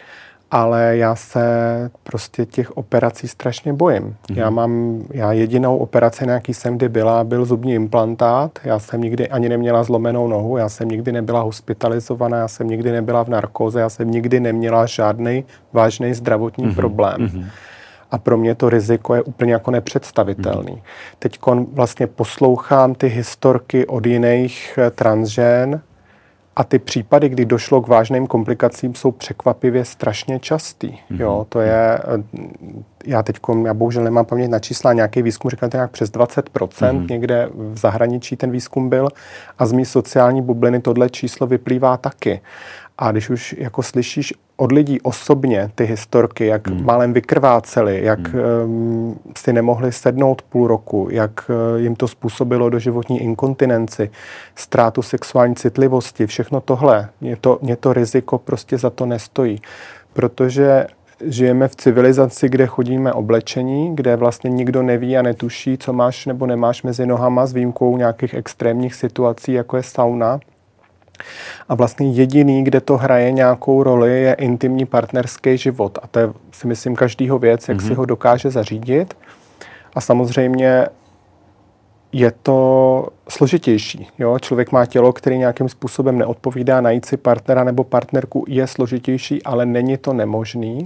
ale já se prostě těch operací strašně bojím. Mm-hmm. Já mám, já jedinou operaci, na jaký jsem kdy byla, byl zubní implantát. Já jsem nikdy ani neměla zlomenou nohu, já jsem nikdy nebyla hospitalizovaná, já jsem nikdy nebyla v narkóze, já jsem nikdy neměla žádný vážný zdravotní mm-hmm. problém. Mm-hmm. A pro mě to riziko je úplně jako nepředstavitelný. Mm-hmm. Teď vlastně poslouchám ty historky od jiných transžen, a ty případy, kdy došlo k vážným komplikacím, jsou překvapivě strašně častý. Mm-hmm. Jo, to je, já teď, já bohužel nemám paměť na čísla, nějaký výzkum říkal, to nějak přes dvacet procent, mm-hmm. někde v zahraničí ten výzkum byl a z mý sociální bubliny tohle číslo vyplývá taky. A když už jako slyšíš od lidí osobně ty historky, jak mm. málem vykrváceli, jak mm. um, si nemohli sednout půl roku, jak uh, jim to způsobilo doživotní inkontinenci, ztrátu sexuální citlivosti, všechno tohle, mě to, mě to riziko prostě za to nestojí. Protože žijeme v civilizaci, kde chodíme oblečení, kde vlastně nikdo neví a netuší, co máš nebo nemáš mezi nohama, s výjimkou nějakých extrémních situací, jako je sauna. A vlastně jediný, kde to hraje nějakou roli, je intimní partnerský život. A to je, si myslím, každýho věc, jak mm-hmm. si ho dokáže zařídit. A samozřejmě je to složitější. Jo? Člověk má tělo, který nějakým způsobem neodpovídá, najít si partnera nebo partnerku je složitější, ale není to nemožný.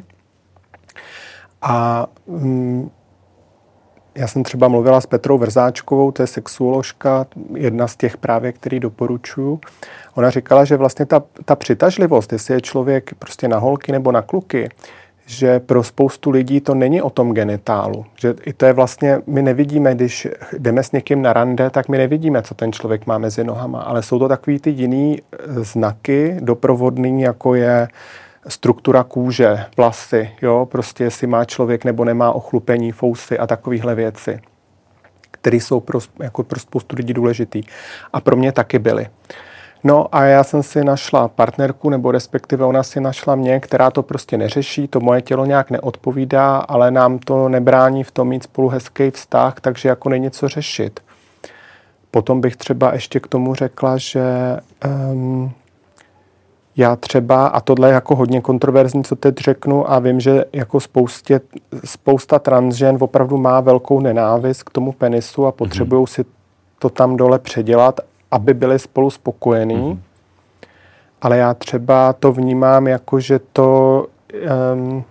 A mm, já jsem třeba mluvila s Petrou Vrzáčkovou, to je sexuoložka, jedna z těch právě, který doporučuju. Ona říkala, že vlastně ta, ta přitažlivost, jestli je člověk prostě na holky nebo na kluky, že pro spoustu lidí to není o tom genitálu. Že i to je vlastně, my nevidíme, když jdeme s někým na rande, tak my nevidíme, co ten člověk má mezi nohama, ale jsou to takový ty jiný znaky doprovodný, jako je struktura kůže, vlasy, jo, prostě jestli má člověk nebo nemá ochlupení, fousy a takovéhle věci, které jsou pro, jako pro spoustu lidí důležitý. A pro mě taky byly. No a já jsem si našla partnerku, nebo respektive ona si našla mě, která to prostě neřeší, to moje tělo nějak neodpovídá, ale nám to nebrání v tom mít spolu hezký vztah, takže jako není co řešit. Potom bych třeba ještě k tomu řekla, že um, já třeba, a tohle je jako hodně kontroverzní, co teď řeknu, a vím, že jako spoustě, spousta transžen opravdu má velkou nenávist k tomu penisu a potřebují si to tam dole předělat, aby byli spolu spokojení. Mm-hmm. Ale já třeba to vnímám jako, že to um,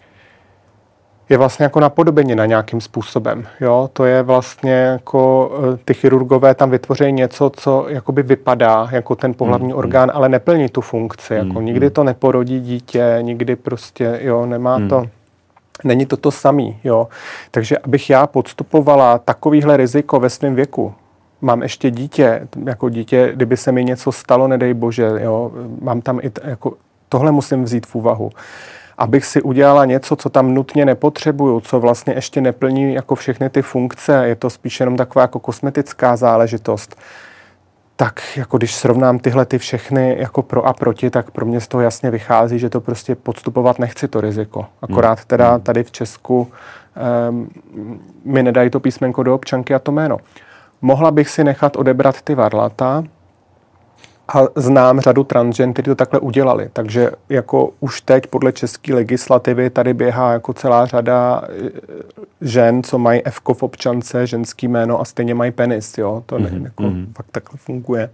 je vlastně jako napodobenina nějakým způsobem. Jo? To je vlastně jako ty chirurgové tam vytvoří něco, co jakoby vypadá jako ten pohlavní mm-hmm. orgán, ale neplní tu funkci. Jako mm-hmm. nikdy to neporodí dítě, nikdy prostě, jo, nemá mm. to, není to to samý, jo. Takže abych já podstupovala takovýhle riziko ve svém věku, mám ještě dítě, jako dítě, kdyby se mi něco stalo, nedej bože, jo, mám tam i t- jako tohle musím vzít v úvahu. Abych si udělala něco, co tam nutně nepotřebuju, co vlastně ještě neplní jako všechny ty funkce, je to spíš jenom taková jako kosmetická záležitost, tak jako když srovnám tyhle ty všechny jako pro a proti, tak pro mě z toho jasně vychází, že to prostě podstupovat nechci to riziko. Akorát teda tady v Česku um, mi nedají to písmenko do občanky a to jméno. Mohla bych si nechat odebrat ty varlata a znám řadu transžen, kteří to takhle udělali. Takže jako už teď podle české legislativy tady běhá jako celá řada žen, co mají F-ko v občance, ženský jméno a stejně mají penis. Jo? To mm-hmm. ne, jako mm-hmm. fakt takhle funguje.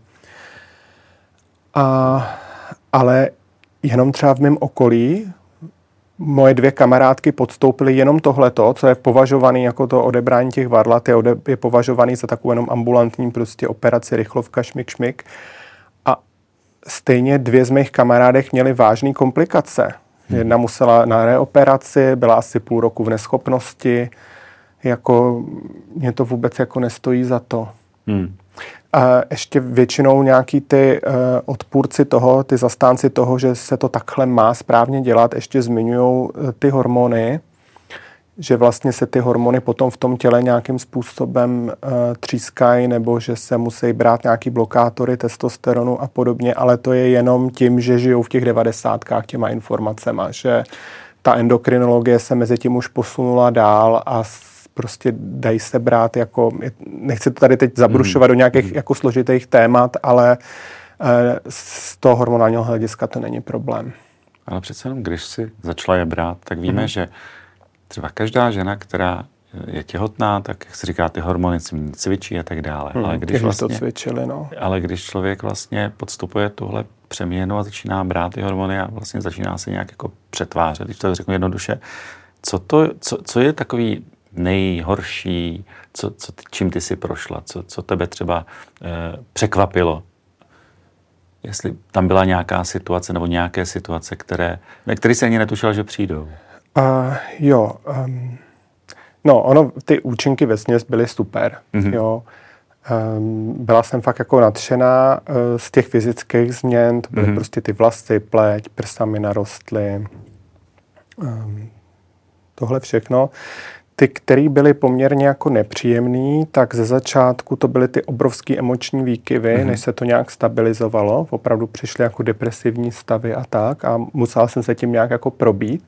A, ale jenom třeba v mém okolí moje dvě kamarádky podstoupily jenom tohleto, co je považovaný jako to odebrání těch varlat, je, ode, je považovaný za takovou jenom ambulantní prostě operaci, rychlovka, šmik, šmik. A stejně dvě z mých kamarádek měly vážné komplikace. Hmm. Jedna musela na reoperaci, byla asi půl roku v neschopnosti. Jako mě to vůbec jako nestojí za to. Hmm. A ještě většinou nějaký ty uh, odpůrci toho, ty zastánci toho, že se to takhle má správně dělat, ještě zmiňují uh, ty hormony, že vlastně se ty hormony potom v tom těle nějakým způsobem uh, třískají, nebo že se musí brát nějaký blokátory testosteronu a podobně, ale to je jenom tím, že žijou v těch devadesátkách těma informacema, že ta endokrinologie se mezi tím už posunula dál a prostě dají se brát jako, nechci to tady teď zabrušovat mm. do nějakých mm. jako složitých témat, ale z toho hormonálního hlediska to není problém. Ale přece jenom, když si začala je brát, tak víme, mm-hmm. že třeba každá žena, která je těhotná, tak jak se říká, ty hormony cvičí a tak dále. Hmm, ale, když vlastně, to cvičili, no. ale když člověk vlastně podstupuje tuhle přeměnu a začíná brát ty hormony a vlastně začíná se nějak jako přetvářet, když to řeknu jednoduše, co, to, co, co je takový nejhorší, co, co, čím ty si prošla, co, co tebe třeba eh, překvapilo? Jestli tam byla nějaká situace nebo nějaké situace, které, které se ani netušil, že přijdou. Uh, jo, um, no ono, ty účinky vesměs byly super, mm-hmm. jo. Um, byla jsem fakt jako nadšená uh, z těch fyzických změn, to byly mm-hmm. prostě ty vlasy, pleť, prsa mi narostly, um, tohle všechno. Ty, které byly poměrně jako nepříjemný, tak ze začátku to byly ty obrovský emoční výkyvy, mm-hmm. než se to nějak stabilizovalo. Opravdu přišly jako depresivní stavy a tak a musela jsem se tím nějak jako probít.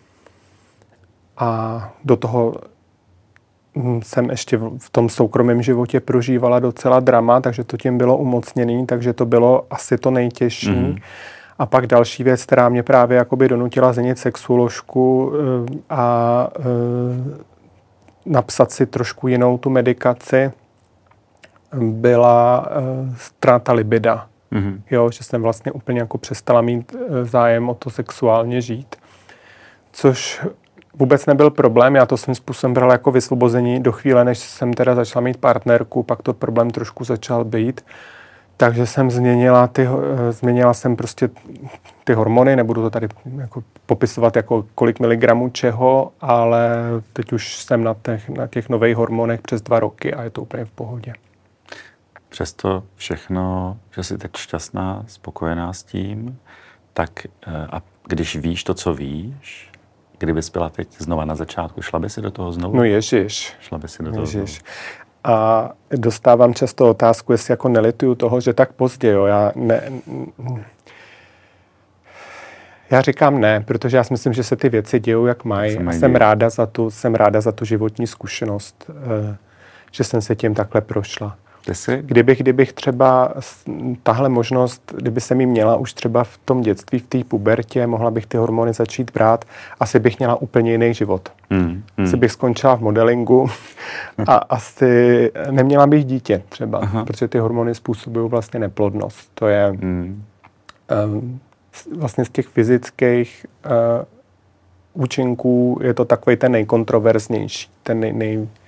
A do toho jsem ještě v tom soukromém životě prožívala docela drama, takže to tím bylo umocněný, takže to bylo asi to nejtěžší. Mm-hmm. A pak další věc, která mě právě jakoby donutila změnit sexuoložku a napsat si trošku jinou tu medikaci, byla ztráta libida. Mm-hmm. Jo, že jsem vlastně úplně jako přestala mít zájem o to sexuálně žít. Což vůbec nebyl problém, já to svým způsobem brala jako vysvobození do chvíle, než jsem teda začala mít partnerku, pak to problém trošku začal být. Takže jsem změnila ty, změnila jsem prostě ty hormony, nebudu to tady jako popisovat jako kolik miligramů čeho, ale teď už jsem na těch, na těch nových hormonech přes dva roky a je to úplně v pohodě. Přesto všechno, že jsi teď šťastná, spokojená s tím, tak a když víš to, co víš, kdybys byla teď znova na začátku, šla by si do toho znovu? No ježiš. Šla by si do toho ježiš. znovu. A dostávám často otázku, jestli jako nelituju toho, že tak pozdě, jo. Já, ne, já říkám ne, protože já si myslím, že se ty věci dějou, jak mají. A jsem ráda za tu, jsem ráda za tu životní zkušenost, že jsem se tím takhle prošla. Kdybych, kdybych třeba tahle možnost, kdyby se mi měla už třeba v tom dětství, v té pubertě, mohla bych ty hormony začít brát, asi bych měla úplně jiný život. Hmm, hmm. Asi bych skončila v modelingu a asi neměla bych dítě třeba, aha. protože ty hormony způsobují vlastně neplodnost. To je hmm. um, vlastně z těch fyzických uh, účinků je to takový ten nejkontroverznější, ten nej... nej uh,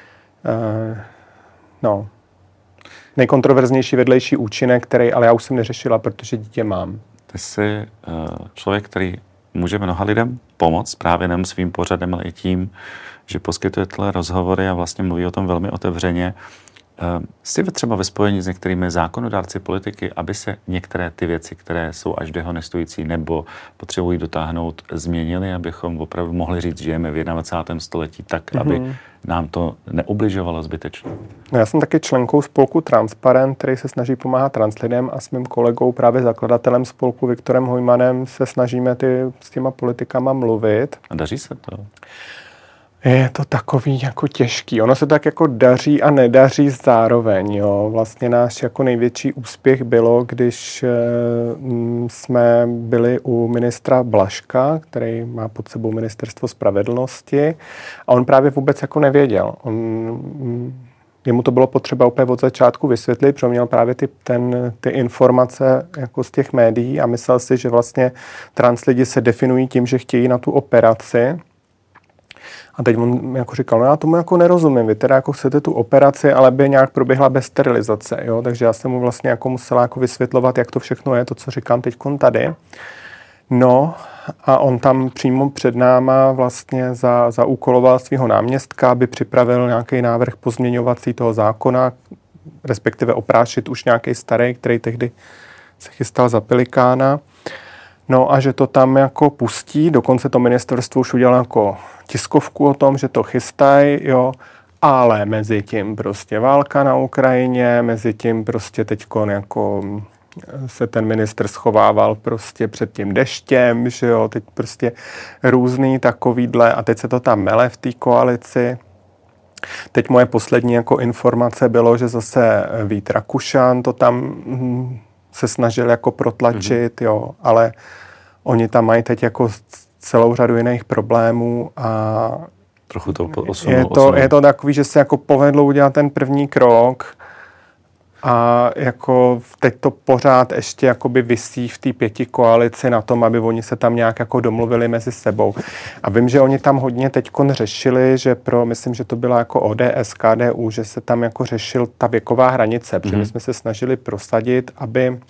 no... nejkontroverznější vedlejší účinek, který ale já už jsem neřešila, protože dítě mám. Ty jsi uh, člověk, který může mnoha lidem pomoct, právě nejen svým pořadem, ale i tím, že poskytuje tyhle rozhovory a vlastně mluví o tom velmi otevřeně. Uh, jsi třeba ve spojení s některými zákonodárci politiky, aby se některé ty věci, které jsou až dehonestující nebo potřebují dotáhnout, změnily, abychom opravdu mohli říct, že žijeme v dvacátém prvním století tak, mm-hmm. aby nám to neubližovalo zbytečně. No, já jsem taky členkou spolku Transparent, který se snaží pomáhat translidem a s mým kolegou, právě zakladatelem spolku Viktorem Hojmanem, se snažíme ty, s těma politikama mluvit. A daří se to? Je to takový jako těžký. Ono se tak jako daří a nedaří zároveň. Jo. Vlastně náš jako největší úspěch bylo, když e, jsme byli u ministra Blažka, který má pod sebou ministerstvo spravedlnosti a on právě vůbec jako nevěděl. On, jemu to bylo potřeba úplně od začátku vysvětlit, protože měl právě ty, ten, ty informace jako z těch médií a myslel si, že vlastně trans lidi se definují tím, že chtějí na tu operaci. A teď on jako říkal, no já tomu jako nerozumím, vy teda jako chcete tu operaci, ale by nějak proběhla bez sterilizace, jo, takže já jsem mu vlastně jako musela jako vysvětlovat, jak to všechno je, to, co říkám teďkon tady. No a on tam přímo před náma vlastně za, zaúkoloval svého náměstka, aby připravil nějaký návrh pozměňovací toho zákona, respektive oprášit už nějaký starý, který tehdy se chystal za Pelikána. No a že to tam jako pustí, dokonce to ministerstvo už udělalo jako tiskovku o tom, že to chystají, jo, ale mezi tím prostě válka na Ukrajině, mezi tím prostě teďkon jako se ten ministr schovával prostě před tím deštěm, že jo, teď prostě různý takovýhle a teď se to tam mele v té koalici. Teď moje poslední jako informace bylo, že zase Vít Rakušan to tam hm, se snažil jako protlačit, mm-hmm. jo, ale Oni tam mají teď jako celou řadu jiných problémů a trochu to osunou, je, to, je to takový, že se jako povedlo udělat ten první krok a jako teď to pořád ještě jakoby visí v té pěti koalici na tom, aby oni se tam nějak jako domluvili mezi sebou. A vím, že oni tam hodně teďkon řešili, že pro, myslím, že to byla jako O D S, K D U, že se tam jako řešil ta věková hranice, protože mm-hmm. my jsme se snažili prosadit, aby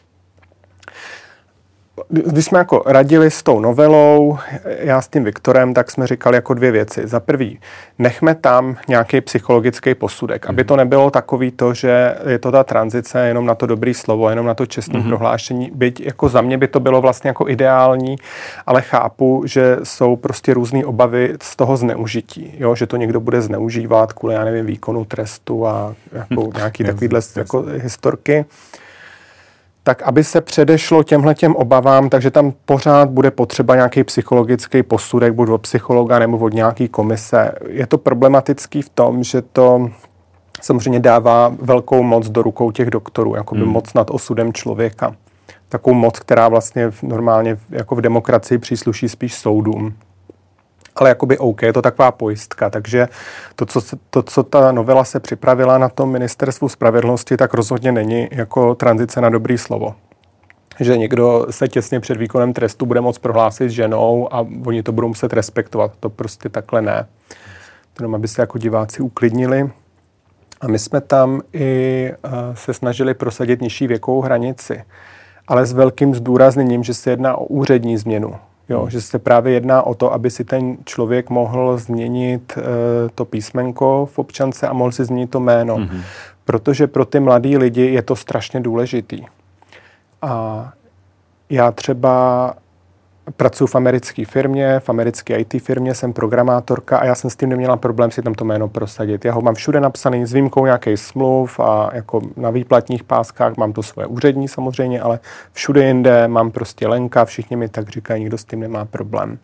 když jsme jako radili s tou novelou, já s tím Viktorem, tak jsme říkali jako dvě věci. Za prvý, nechme tam nějaký psychologický posudek, mm-hmm. aby to nebylo takový to, že je to ta tranzice jenom na to dobrý slovo, jenom na to čestné mm-hmm. prohlášení. Byť jako za mě by to bylo vlastně jako ideální, ale chápu, že jsou prostě různé obavy z toho zneužití, jo? Že to někdo bude zneužívat kvůli, já nevím, výkonu trestu a jako nějaký takovýhle jako historky. Tak aby se předešlo těmhletěm obavám, takže tam pořád bude potřeba nějaký psychologický posudek, buď od psychologa nebo od nějaký komise. Je to problematický v tom, že to samozřejmě dává velkou moc do rukou těch doktorů, jakoby hmm. moc nad osudem člověka. Takovou moc, která vlastně normálně jako v demokracii přísluší spíš soudům. Ale jakoby OK, je to taková pojistka, takže to co, se, to, co ta novela se připravila na tom ministerstvu spravedlnosti, tak rozhodně není jako tranzice na dobrý slovo. Že někdo se těsně před výkonem trestu bude moct prohlásit ženou a oni to budou muset respektovat. To prostě takhle ne. Jenom aby se jako diváci uklidnili. A my jsme tam i uh, se snažili prosadit nižší věkovou hranici, ale s velkým zdůrazněním, že se jedná o úřední změnu. Jo, že se právě jedná o to, aby si ten člověk mohl změnit e, to písmenko v občance a mohl si změnit to jméno. Mm-hmm. Protože pro ty mladý lidi je to strašně důležitý. A já třeba pracuji v americké firmě, v americké í té firmě, jsem programátorka a já jsem s tím neměla problém si tam to jméno prosadit. Já ho mám všude napsaný s výjimkou nějakých smluv a jako na výplatních páskách mám to svoje úřední samozřejmě, ale všude jinde mám prostě Lenka, všichni mi tak říkají, nikdo s tím nemá problém.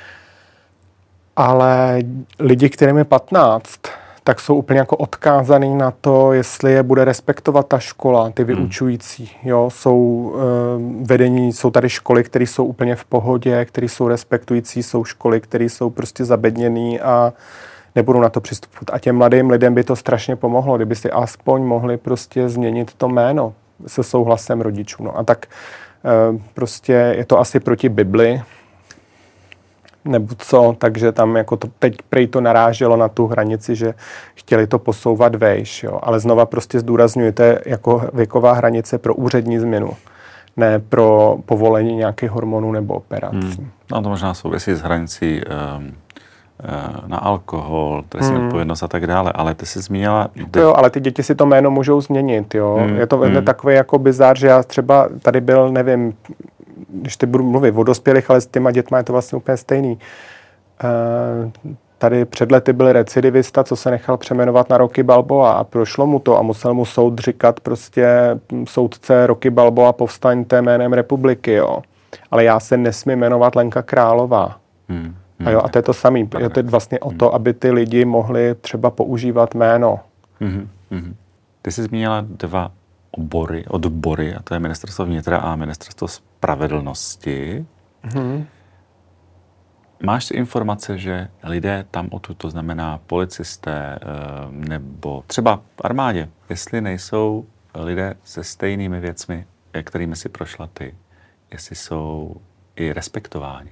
Ale lidi, kterým je patnáct, tak jsou úplně jako odkázaný na to, jestli je bude respektovat ta škola, ty vyučující. Jo, jsou e, vedení, jsou tady školy, které jsou úplně v pohodě, které jsou respektující, jsou školy, které jsou prostě zabedněný a nebudou na to přistupovat. A těm mladým lidem by to strašně pomohlo, kdyby si aspoň mohli prostě změnit to jméno se souhlasem rodičů. No a tak e, prostě je to asi proti Bibli, nebo co, takže tam jako to teď prej to naráželo na tu hranici, že chtěli to posouvat vejš, jo. Ale znova prostě zdůrazňujete jako věková hranice pro úřední změnu, ne pro povolení nějakých hormonů nebo operací. Hmm. No to možná souvisí s hranicí um, uh, na alkohol, trestní hmm. odpovědnost a tak dále, ale ty jsi zmínila... To jo, ale ty děti si to jméno můžou změnit, jo. Hmm. Je to hmm. takový jako bizár, že já třeba tady byl, nevím, když teď budu mluvit o dospělých, ale s těma dětma je to vlastně úplně stejný. E, tady před lety byl recidivista, co se nechal přeměnovat na Rocky Balboa a prošlo mu to a musel mu soud říkat prostě soudce Rocky Balboa povstaňte jménem republiky, jo. Ale já se nesmím jmenovat Lenka Králová. Hmm. Hmm. A jo, a to je to samé. Je to vlastně o to, aby ty lidi mohli třeba používat jméno. Hmm. Hmm. Ty jsi zmínila dva obory, odbory, a to je ministerstvo vnitra a ministerstvo spravedlnosti. Mm-hmm. Máš si informace, že lidé tam odtud, to znamená policisté nebo třeba v armádě, jestli nejsou lidé se stejnými věcmi, kterými si prošla ty, jestli jsou i respektováni?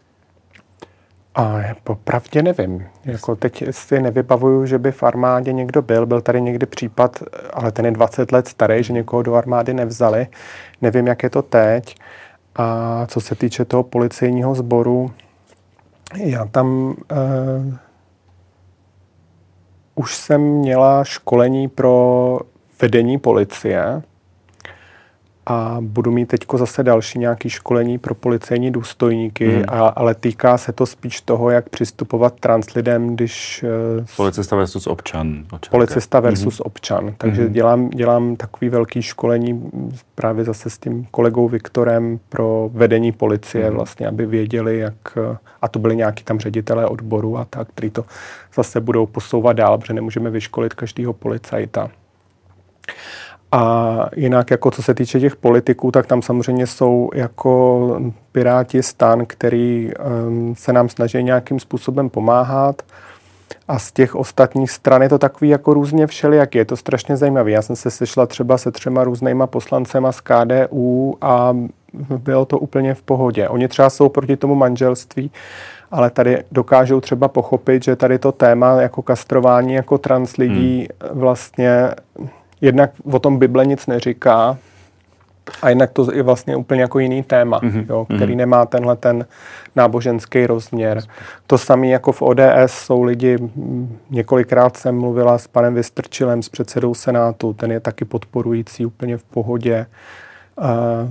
A popravdě nevím. Jako teď si nevybavuju, že by v armádě někdo byl. Byl tady někdy případ, ale ten je dvacet let starý, že někoho do armády nevzali. Nevím, jak je to teď. A co se týče toho policejního sboru, já tam uh, už jsem měla školení pro vedení policie a budu mít teďko zase další nějaké školení pro policejní důstojníky, hmm. a, ale týká se to spíš toho, jak přistupovat trans lidem, když... Uh, Policista versus občan. Občanka. Policista versus hmm. občan. Takže hmm. dělám, dělám takový velký školení právě zase s tím kolegou Viktorem pro vedení policie, hmm. vlastně, aby věděli, jak... A to byli nějaký tam ředitelé odboru a tak, který to zase budou posouvat dál, protože nemůžeme vyškolit každýho policajta. A jinak, jako co se týče těch politiků, tak tam samozřejmě jsou jako Piráti, STAN, který um, se nám snaží nějakým způsobem pomáhat. A z těch ostatních stran je to takový jako různě všelijak. Je to strašně zajímavé. Já jsem se sešla třeba se třema různýma poslancema z K D U a bylo to úplně v pohodě. Oni třeba jsou proti tomu manželství, ale tady dokážou třeba pochopit, že tady to téma jako kastrování jako trans lidí hmm. vlastně jednak o tom Bible nic neříká a jednak to je vlastně úplně jako jiný téma, mm-hmm. jo, který mm-hmm. nemá tenhle ten náboženský rozměr. To samé jako v O D S jsou lidi, několikrát jsem mluvila s panem Vystrčilem, s předsedou Senátu, ten je taky podporující, úplně v pohodě. Uh,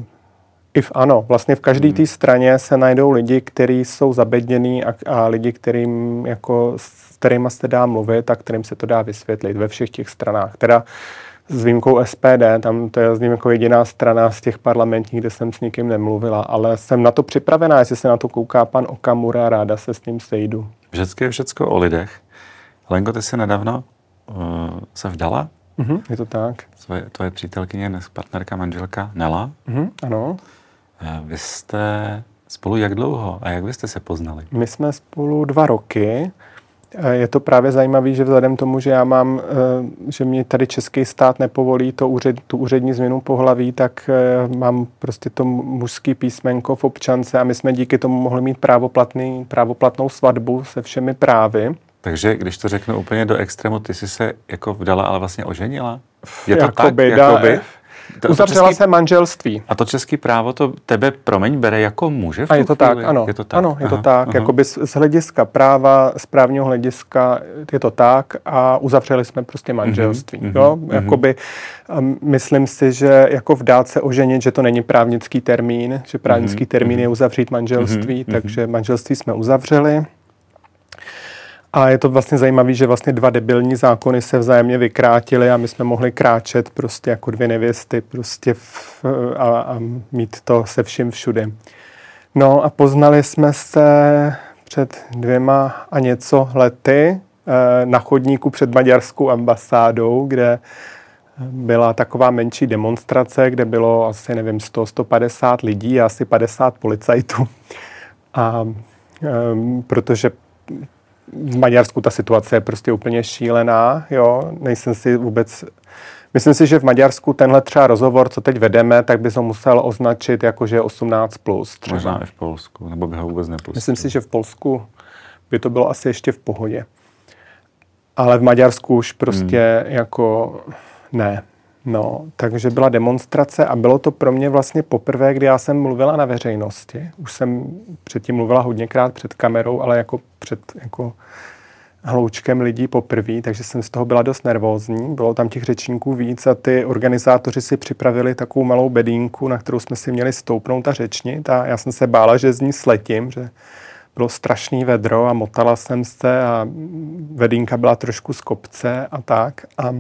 I v ANO, vlastně v každé mm. té straně se najdou lidi, kteří jsou zabednění a, a lidi, kterým jako, s kterýma se dá mluvit a kterým se to dá vysvětlit ve všech těch stranách. Teda s výjimkou S P D, tam to je s ním jako jediná strana z těch parlamentních, kde jsem s nikým nemluvila, ale jsem na to připravená, jestli se na to kouká pan Okamura, ráda se s ním sejdu. Vždycky je všecko o lidech. Lenko, ty jsi nedávno uh, se vdala? Mm-hmm, je to tak. Tvoje, tvoje přítelkyně, partnerka, manželka Nela? Mm-hmm, ano. Uh, vy jste spolu jak dlouho a jak vy jste se poznali? My jsme spolu dva roky. Je to právě zajímavé, že vzhledem tomu, že já mám, že mě tady český stát nepovolí to úřad, tu úřední změnu pohlaví, tak mám prostě to mužský písmenko v občance a my jsme díky tomu mohli mít právoplatný, právoplatnou svatbu se všemi právy. Takže když to řeknu úplně do extrému, ty jsi se jako vdala, ale vlastně oženila? Je to jakoby, tak? Da, jakoby? To, uzavřela český, se manželství. A to český právo to tebe, promiň, bere jako muže v A je to chvíli? tak, ano. Je to tak, ano, je aha, to tak. Aha. Jakoby z, z hlediska práva, z právního hlediska je to tak a uzavřeli jsme prostě manželství. Mm-hmm, jo? Mm-hmm. Jakoby, um, myslím si, že jako vdát se oženit, že to není právnický termín, že právnický mm-hmm, termín mm-hmm. je uzavřít manželství, mm-hmm, takže manželství jsme uzavřeli. A je to vlastně zajímavé, že vlastně dva debilní zákony se vzájemně vykrátily a my jsme mohli kráčet prostě jako dvě nevěsty prostě v, a, a mít to se vším všude. No a poznali jsme se před dvěma a něco lety na chodníku před maďarskou ambasádou, kde byla taková menší demonstrace, kde bylo asi, nevím, sto, sto padesát lidí a asi padesát policajtů. A um, protože v Maďarsku ta situace je prostě úplně šílená, jo, nejsem si vůbec, myslím si, že v Maďarsku tenhle třeba rozhovor, co teď vedeme, tak by se musel označit jako, že je osmnáct plus. Třeba. Možná i v Polsku, nebo by ho vůbec nepustil. Myslím si, že v Polsku by to bylo asi ještě v pohodě. Ale v Maďarsku už prostě hmm. jako ne. No, takže byla demonstrace a bylo to pro mě vlastně poprvé, kdy já jsem mluvila na veřejnosti. Už jsem předtím mluvila hodněkrát před kamerou, ale jako před jako hloučkem lidí poprvé, takže jsem z toho byla dost nervózní. Bylo tam těch řečníků víc a ty organizátoři si připravili takovou malou bedínku, na kterou jsme si měli stoupnout a řečnit a já jsem se bála, že z ní sletím, že bylo strašný vedro a motala jsem se a bedínka byla trošku z kopce a tak a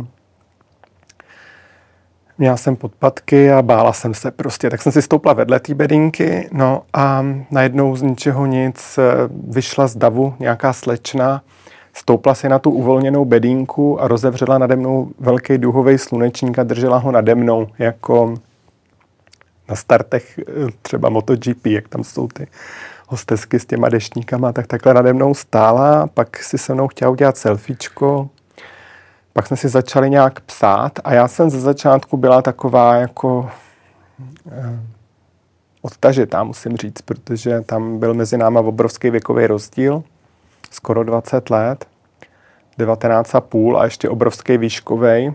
měla jsem podpatky a bála jsem se prostě, tak jsem si stoupla vedle té bedinky, no a najednou z ničeho nic vyšla z davu nějaká slečna, stoupla si na tu uvolněnou bedínku a rozevřela nade mnou velký duhový slunečník a držela ho nade mnou, jako na startech třeba MotoGP, jak tam jsou ty hostesky s těma deštníkama, tak takhle nade mnou stála, pak si se mnou chtěla udělat selfiečko. Pak jsme si začali nějak psát a já jsem ze začátku byla taková jako eh, odtažitá, musím říct, protože tam byl mezi náma obrovský věkový rozdíl, skoro dvacet let, devatenáct a půl a ještě obrovský výškovej.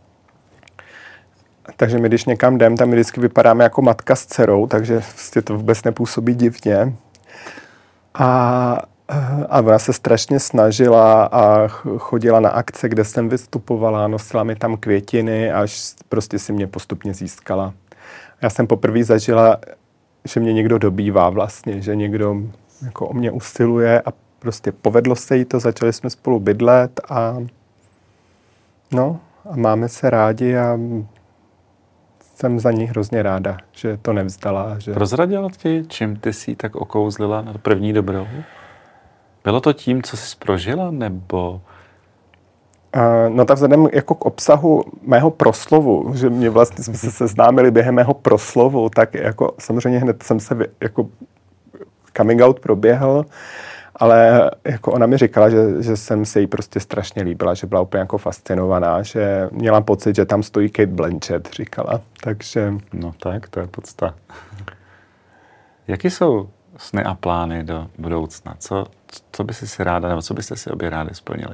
Takže my, když někam jdem, tam my vždycky vypadáme jako matka s dcerou, takže vlastně to vůbec nepůsobí divně. A A ona se strašně snažila a chodila na akce, kde jsem vystupovala, nosila mi tam květiny, až prostě si mě postupně získala. Já jsem poprvé zažila, že mě někdo dobývá vlastně, že někdo jako o mě usiluje a prostě povedlo se jí to, začali jsme spolu bydlet a no a máme se rádi a jsem za ní hrozně ráda, že to nevzdala. Že... Prozradila ti, čím ty jsi tak okouzlila na první dobrou? Bylo to tím, co jsi prožila, nebo No tak vzhledem jako k obsahu mého proslovu, že mě vlastně jsme se seznámili během mého proslovu, tak jako samozřejmě hned jsem se jako coming out proběhl, ale jako ona mi říkala, že, že jsem se jí prostě strašně líbila, že byla úplně jako fascinovaná, že měla pocit, že tam stojí Cate Blanchett, říkala, takže... No tak, to je podsta. Jaký jsou sny a plány do budoucna? Co, co by si si ráda, nebo co byste si obě rádi splnili?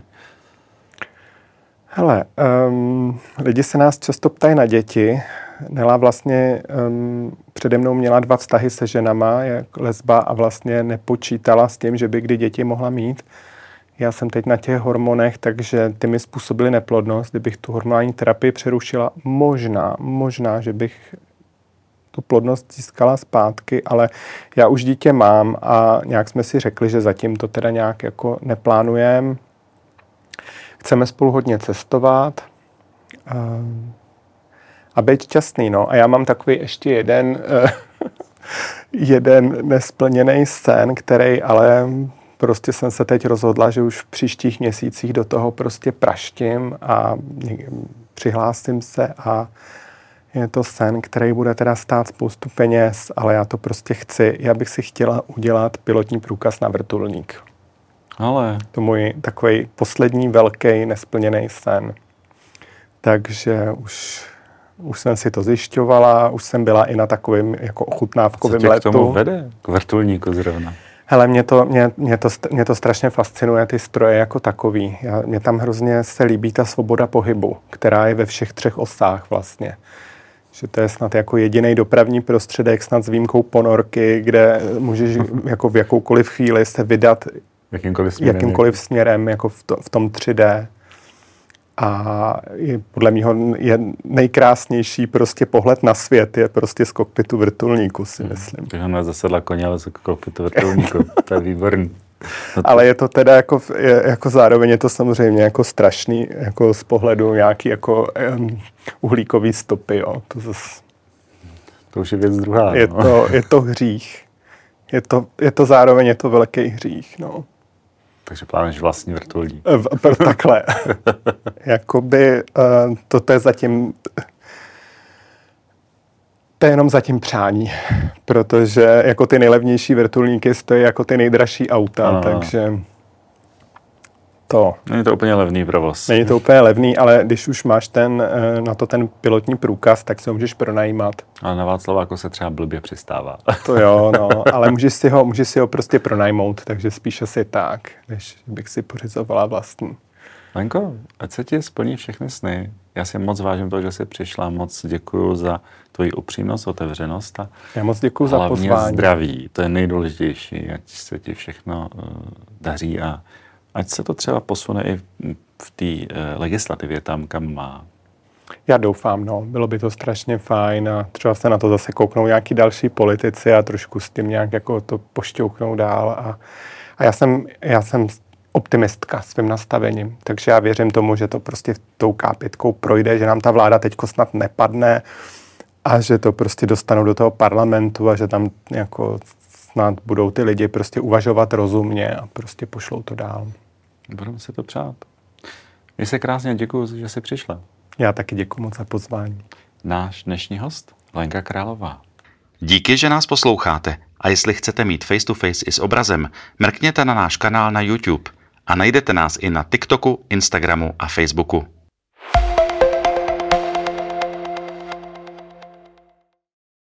Hele, um, lidi se nás často ptají na děti. Nela vlastně um, přede mnou měla dva vztahy se ženama, jak lesba, a vlastně nepočítala s tím, že by kdy děti mohla mít. Já jsem teď na těch hormonech, takže ty mi způsobily neplodnost. Kdybych tu hormonální terapii přerušila, možná, možná, že bych tu plodnost získala zpátky, ale já už dítě mám a nějak jsme si řekli, že zatím to teda nějak jako neplánujeme. Chceme spolu hodně cestovat a, a být šťastný, no. A já mám takový ještě jeden, jeden nesplněný sen, který ale prostě jsem se teď rozhodla, že už v příštích měsících do toho prostě praštím a přihlásím se a je to sen, který bude teda stát spoustu peněz, ale já to prostě chci. Já bych si chtěla udělat pilotní průkaz na vrtulník. Ale... To můj takový poslední velký nesplněný sen. Takže už, už jsem si to zjišťovala, už jsem byla i na takovém jako ochutnávkovém letu. Co tě k tomu vede? K vrtulníku zrovna? Hele, mě to, mě, mě, to, mě to strašně fascinuje, ty stroje jako takový. Já, mě tam hrozně se líbí ta svoboda pohybu, která je ve všech třech osách vlastně. Že to je snad jako jediný dopravní prostředek, snad s výjimkou ponorky, kde můžeš jako v jakoukoliv chvíli se vydat jakýmkoliv směrem, jakýmkoliv směrem jako v, to, v tom tři dé. A je, podle mého je nejkrásnější prostě pohled na svět je prostě z kokpitu vrtulníku, si myslím. Když ona zasedla koně, ale z kokpitu vrtulníku, to je výborný. No to... Ale je to teda jako, je, jako zároveň je to samozřejmě jako strašný, jako z pohledu nějaký jako um, uhlíkový stopy, jo. To, zas... to už je věc druhá. Je, no. to, je to hřích. Je to, je to zároveň je to velký hřích, no. Takže plánuješ vlastní vrtulník. V, takhle. Jakoby uh, toto je zatím to je jenom zatím přání, protože jako ty nejlevnější vrtulníky stojí jako ty nejdražší auta, ano. Takže to. Není to úplně levný provoz. Není to úplně levný, ale když už máš ten, na to ten pilotní průkaz, tak si ho můžeš pronajímat. Ale na Václaváku se třeba blbě přistává. To jo, no, ale můžeš si ho, můžeš si ho prostě pronajmout, takže spíš asi tak, než bych si pořizovala vlastní. Lenko, ať se ti splní všechny sny. Já si moc vážím toho, že jsi přišla, moc děkuju za tvoji upřímnost, otevřenost a já moc děkuju za pozvání. Hlavně zdraví, to je nejdůležitější, ať se ti všechno uh, daří a ať se to třeba posune i v té uh, legislativě tam, kam má. Já doufám, no. Bylo by to strašně fajn a třeba se na to zase kouknou nějaký další politici a trošku s tím nějak jako to pošťouknou dál a, a já jsem, já jsem optimistka svým nastavením, takže já věřím tomu, že to prostě tou ká pět projde, že nám ta vláda teďko snad nepadne a že to prostě dostanou do toho parlamentu a že tam jako snad budou ty lidi prostě uvažovat rozumně a prostě pošlou to dál. Budeme si to přát. Mně se krásně děkuju, že jsi přišla. Já taky děkuji moc za pozvání. Náš dnešní host, Lenka Králová. Díky, že nás posloucháte a jestli chcete mít face to face i s obrazem, mrkněte na náš kanál na YouTube a najdete nás i na TikToku, Instagramu a Facebooku.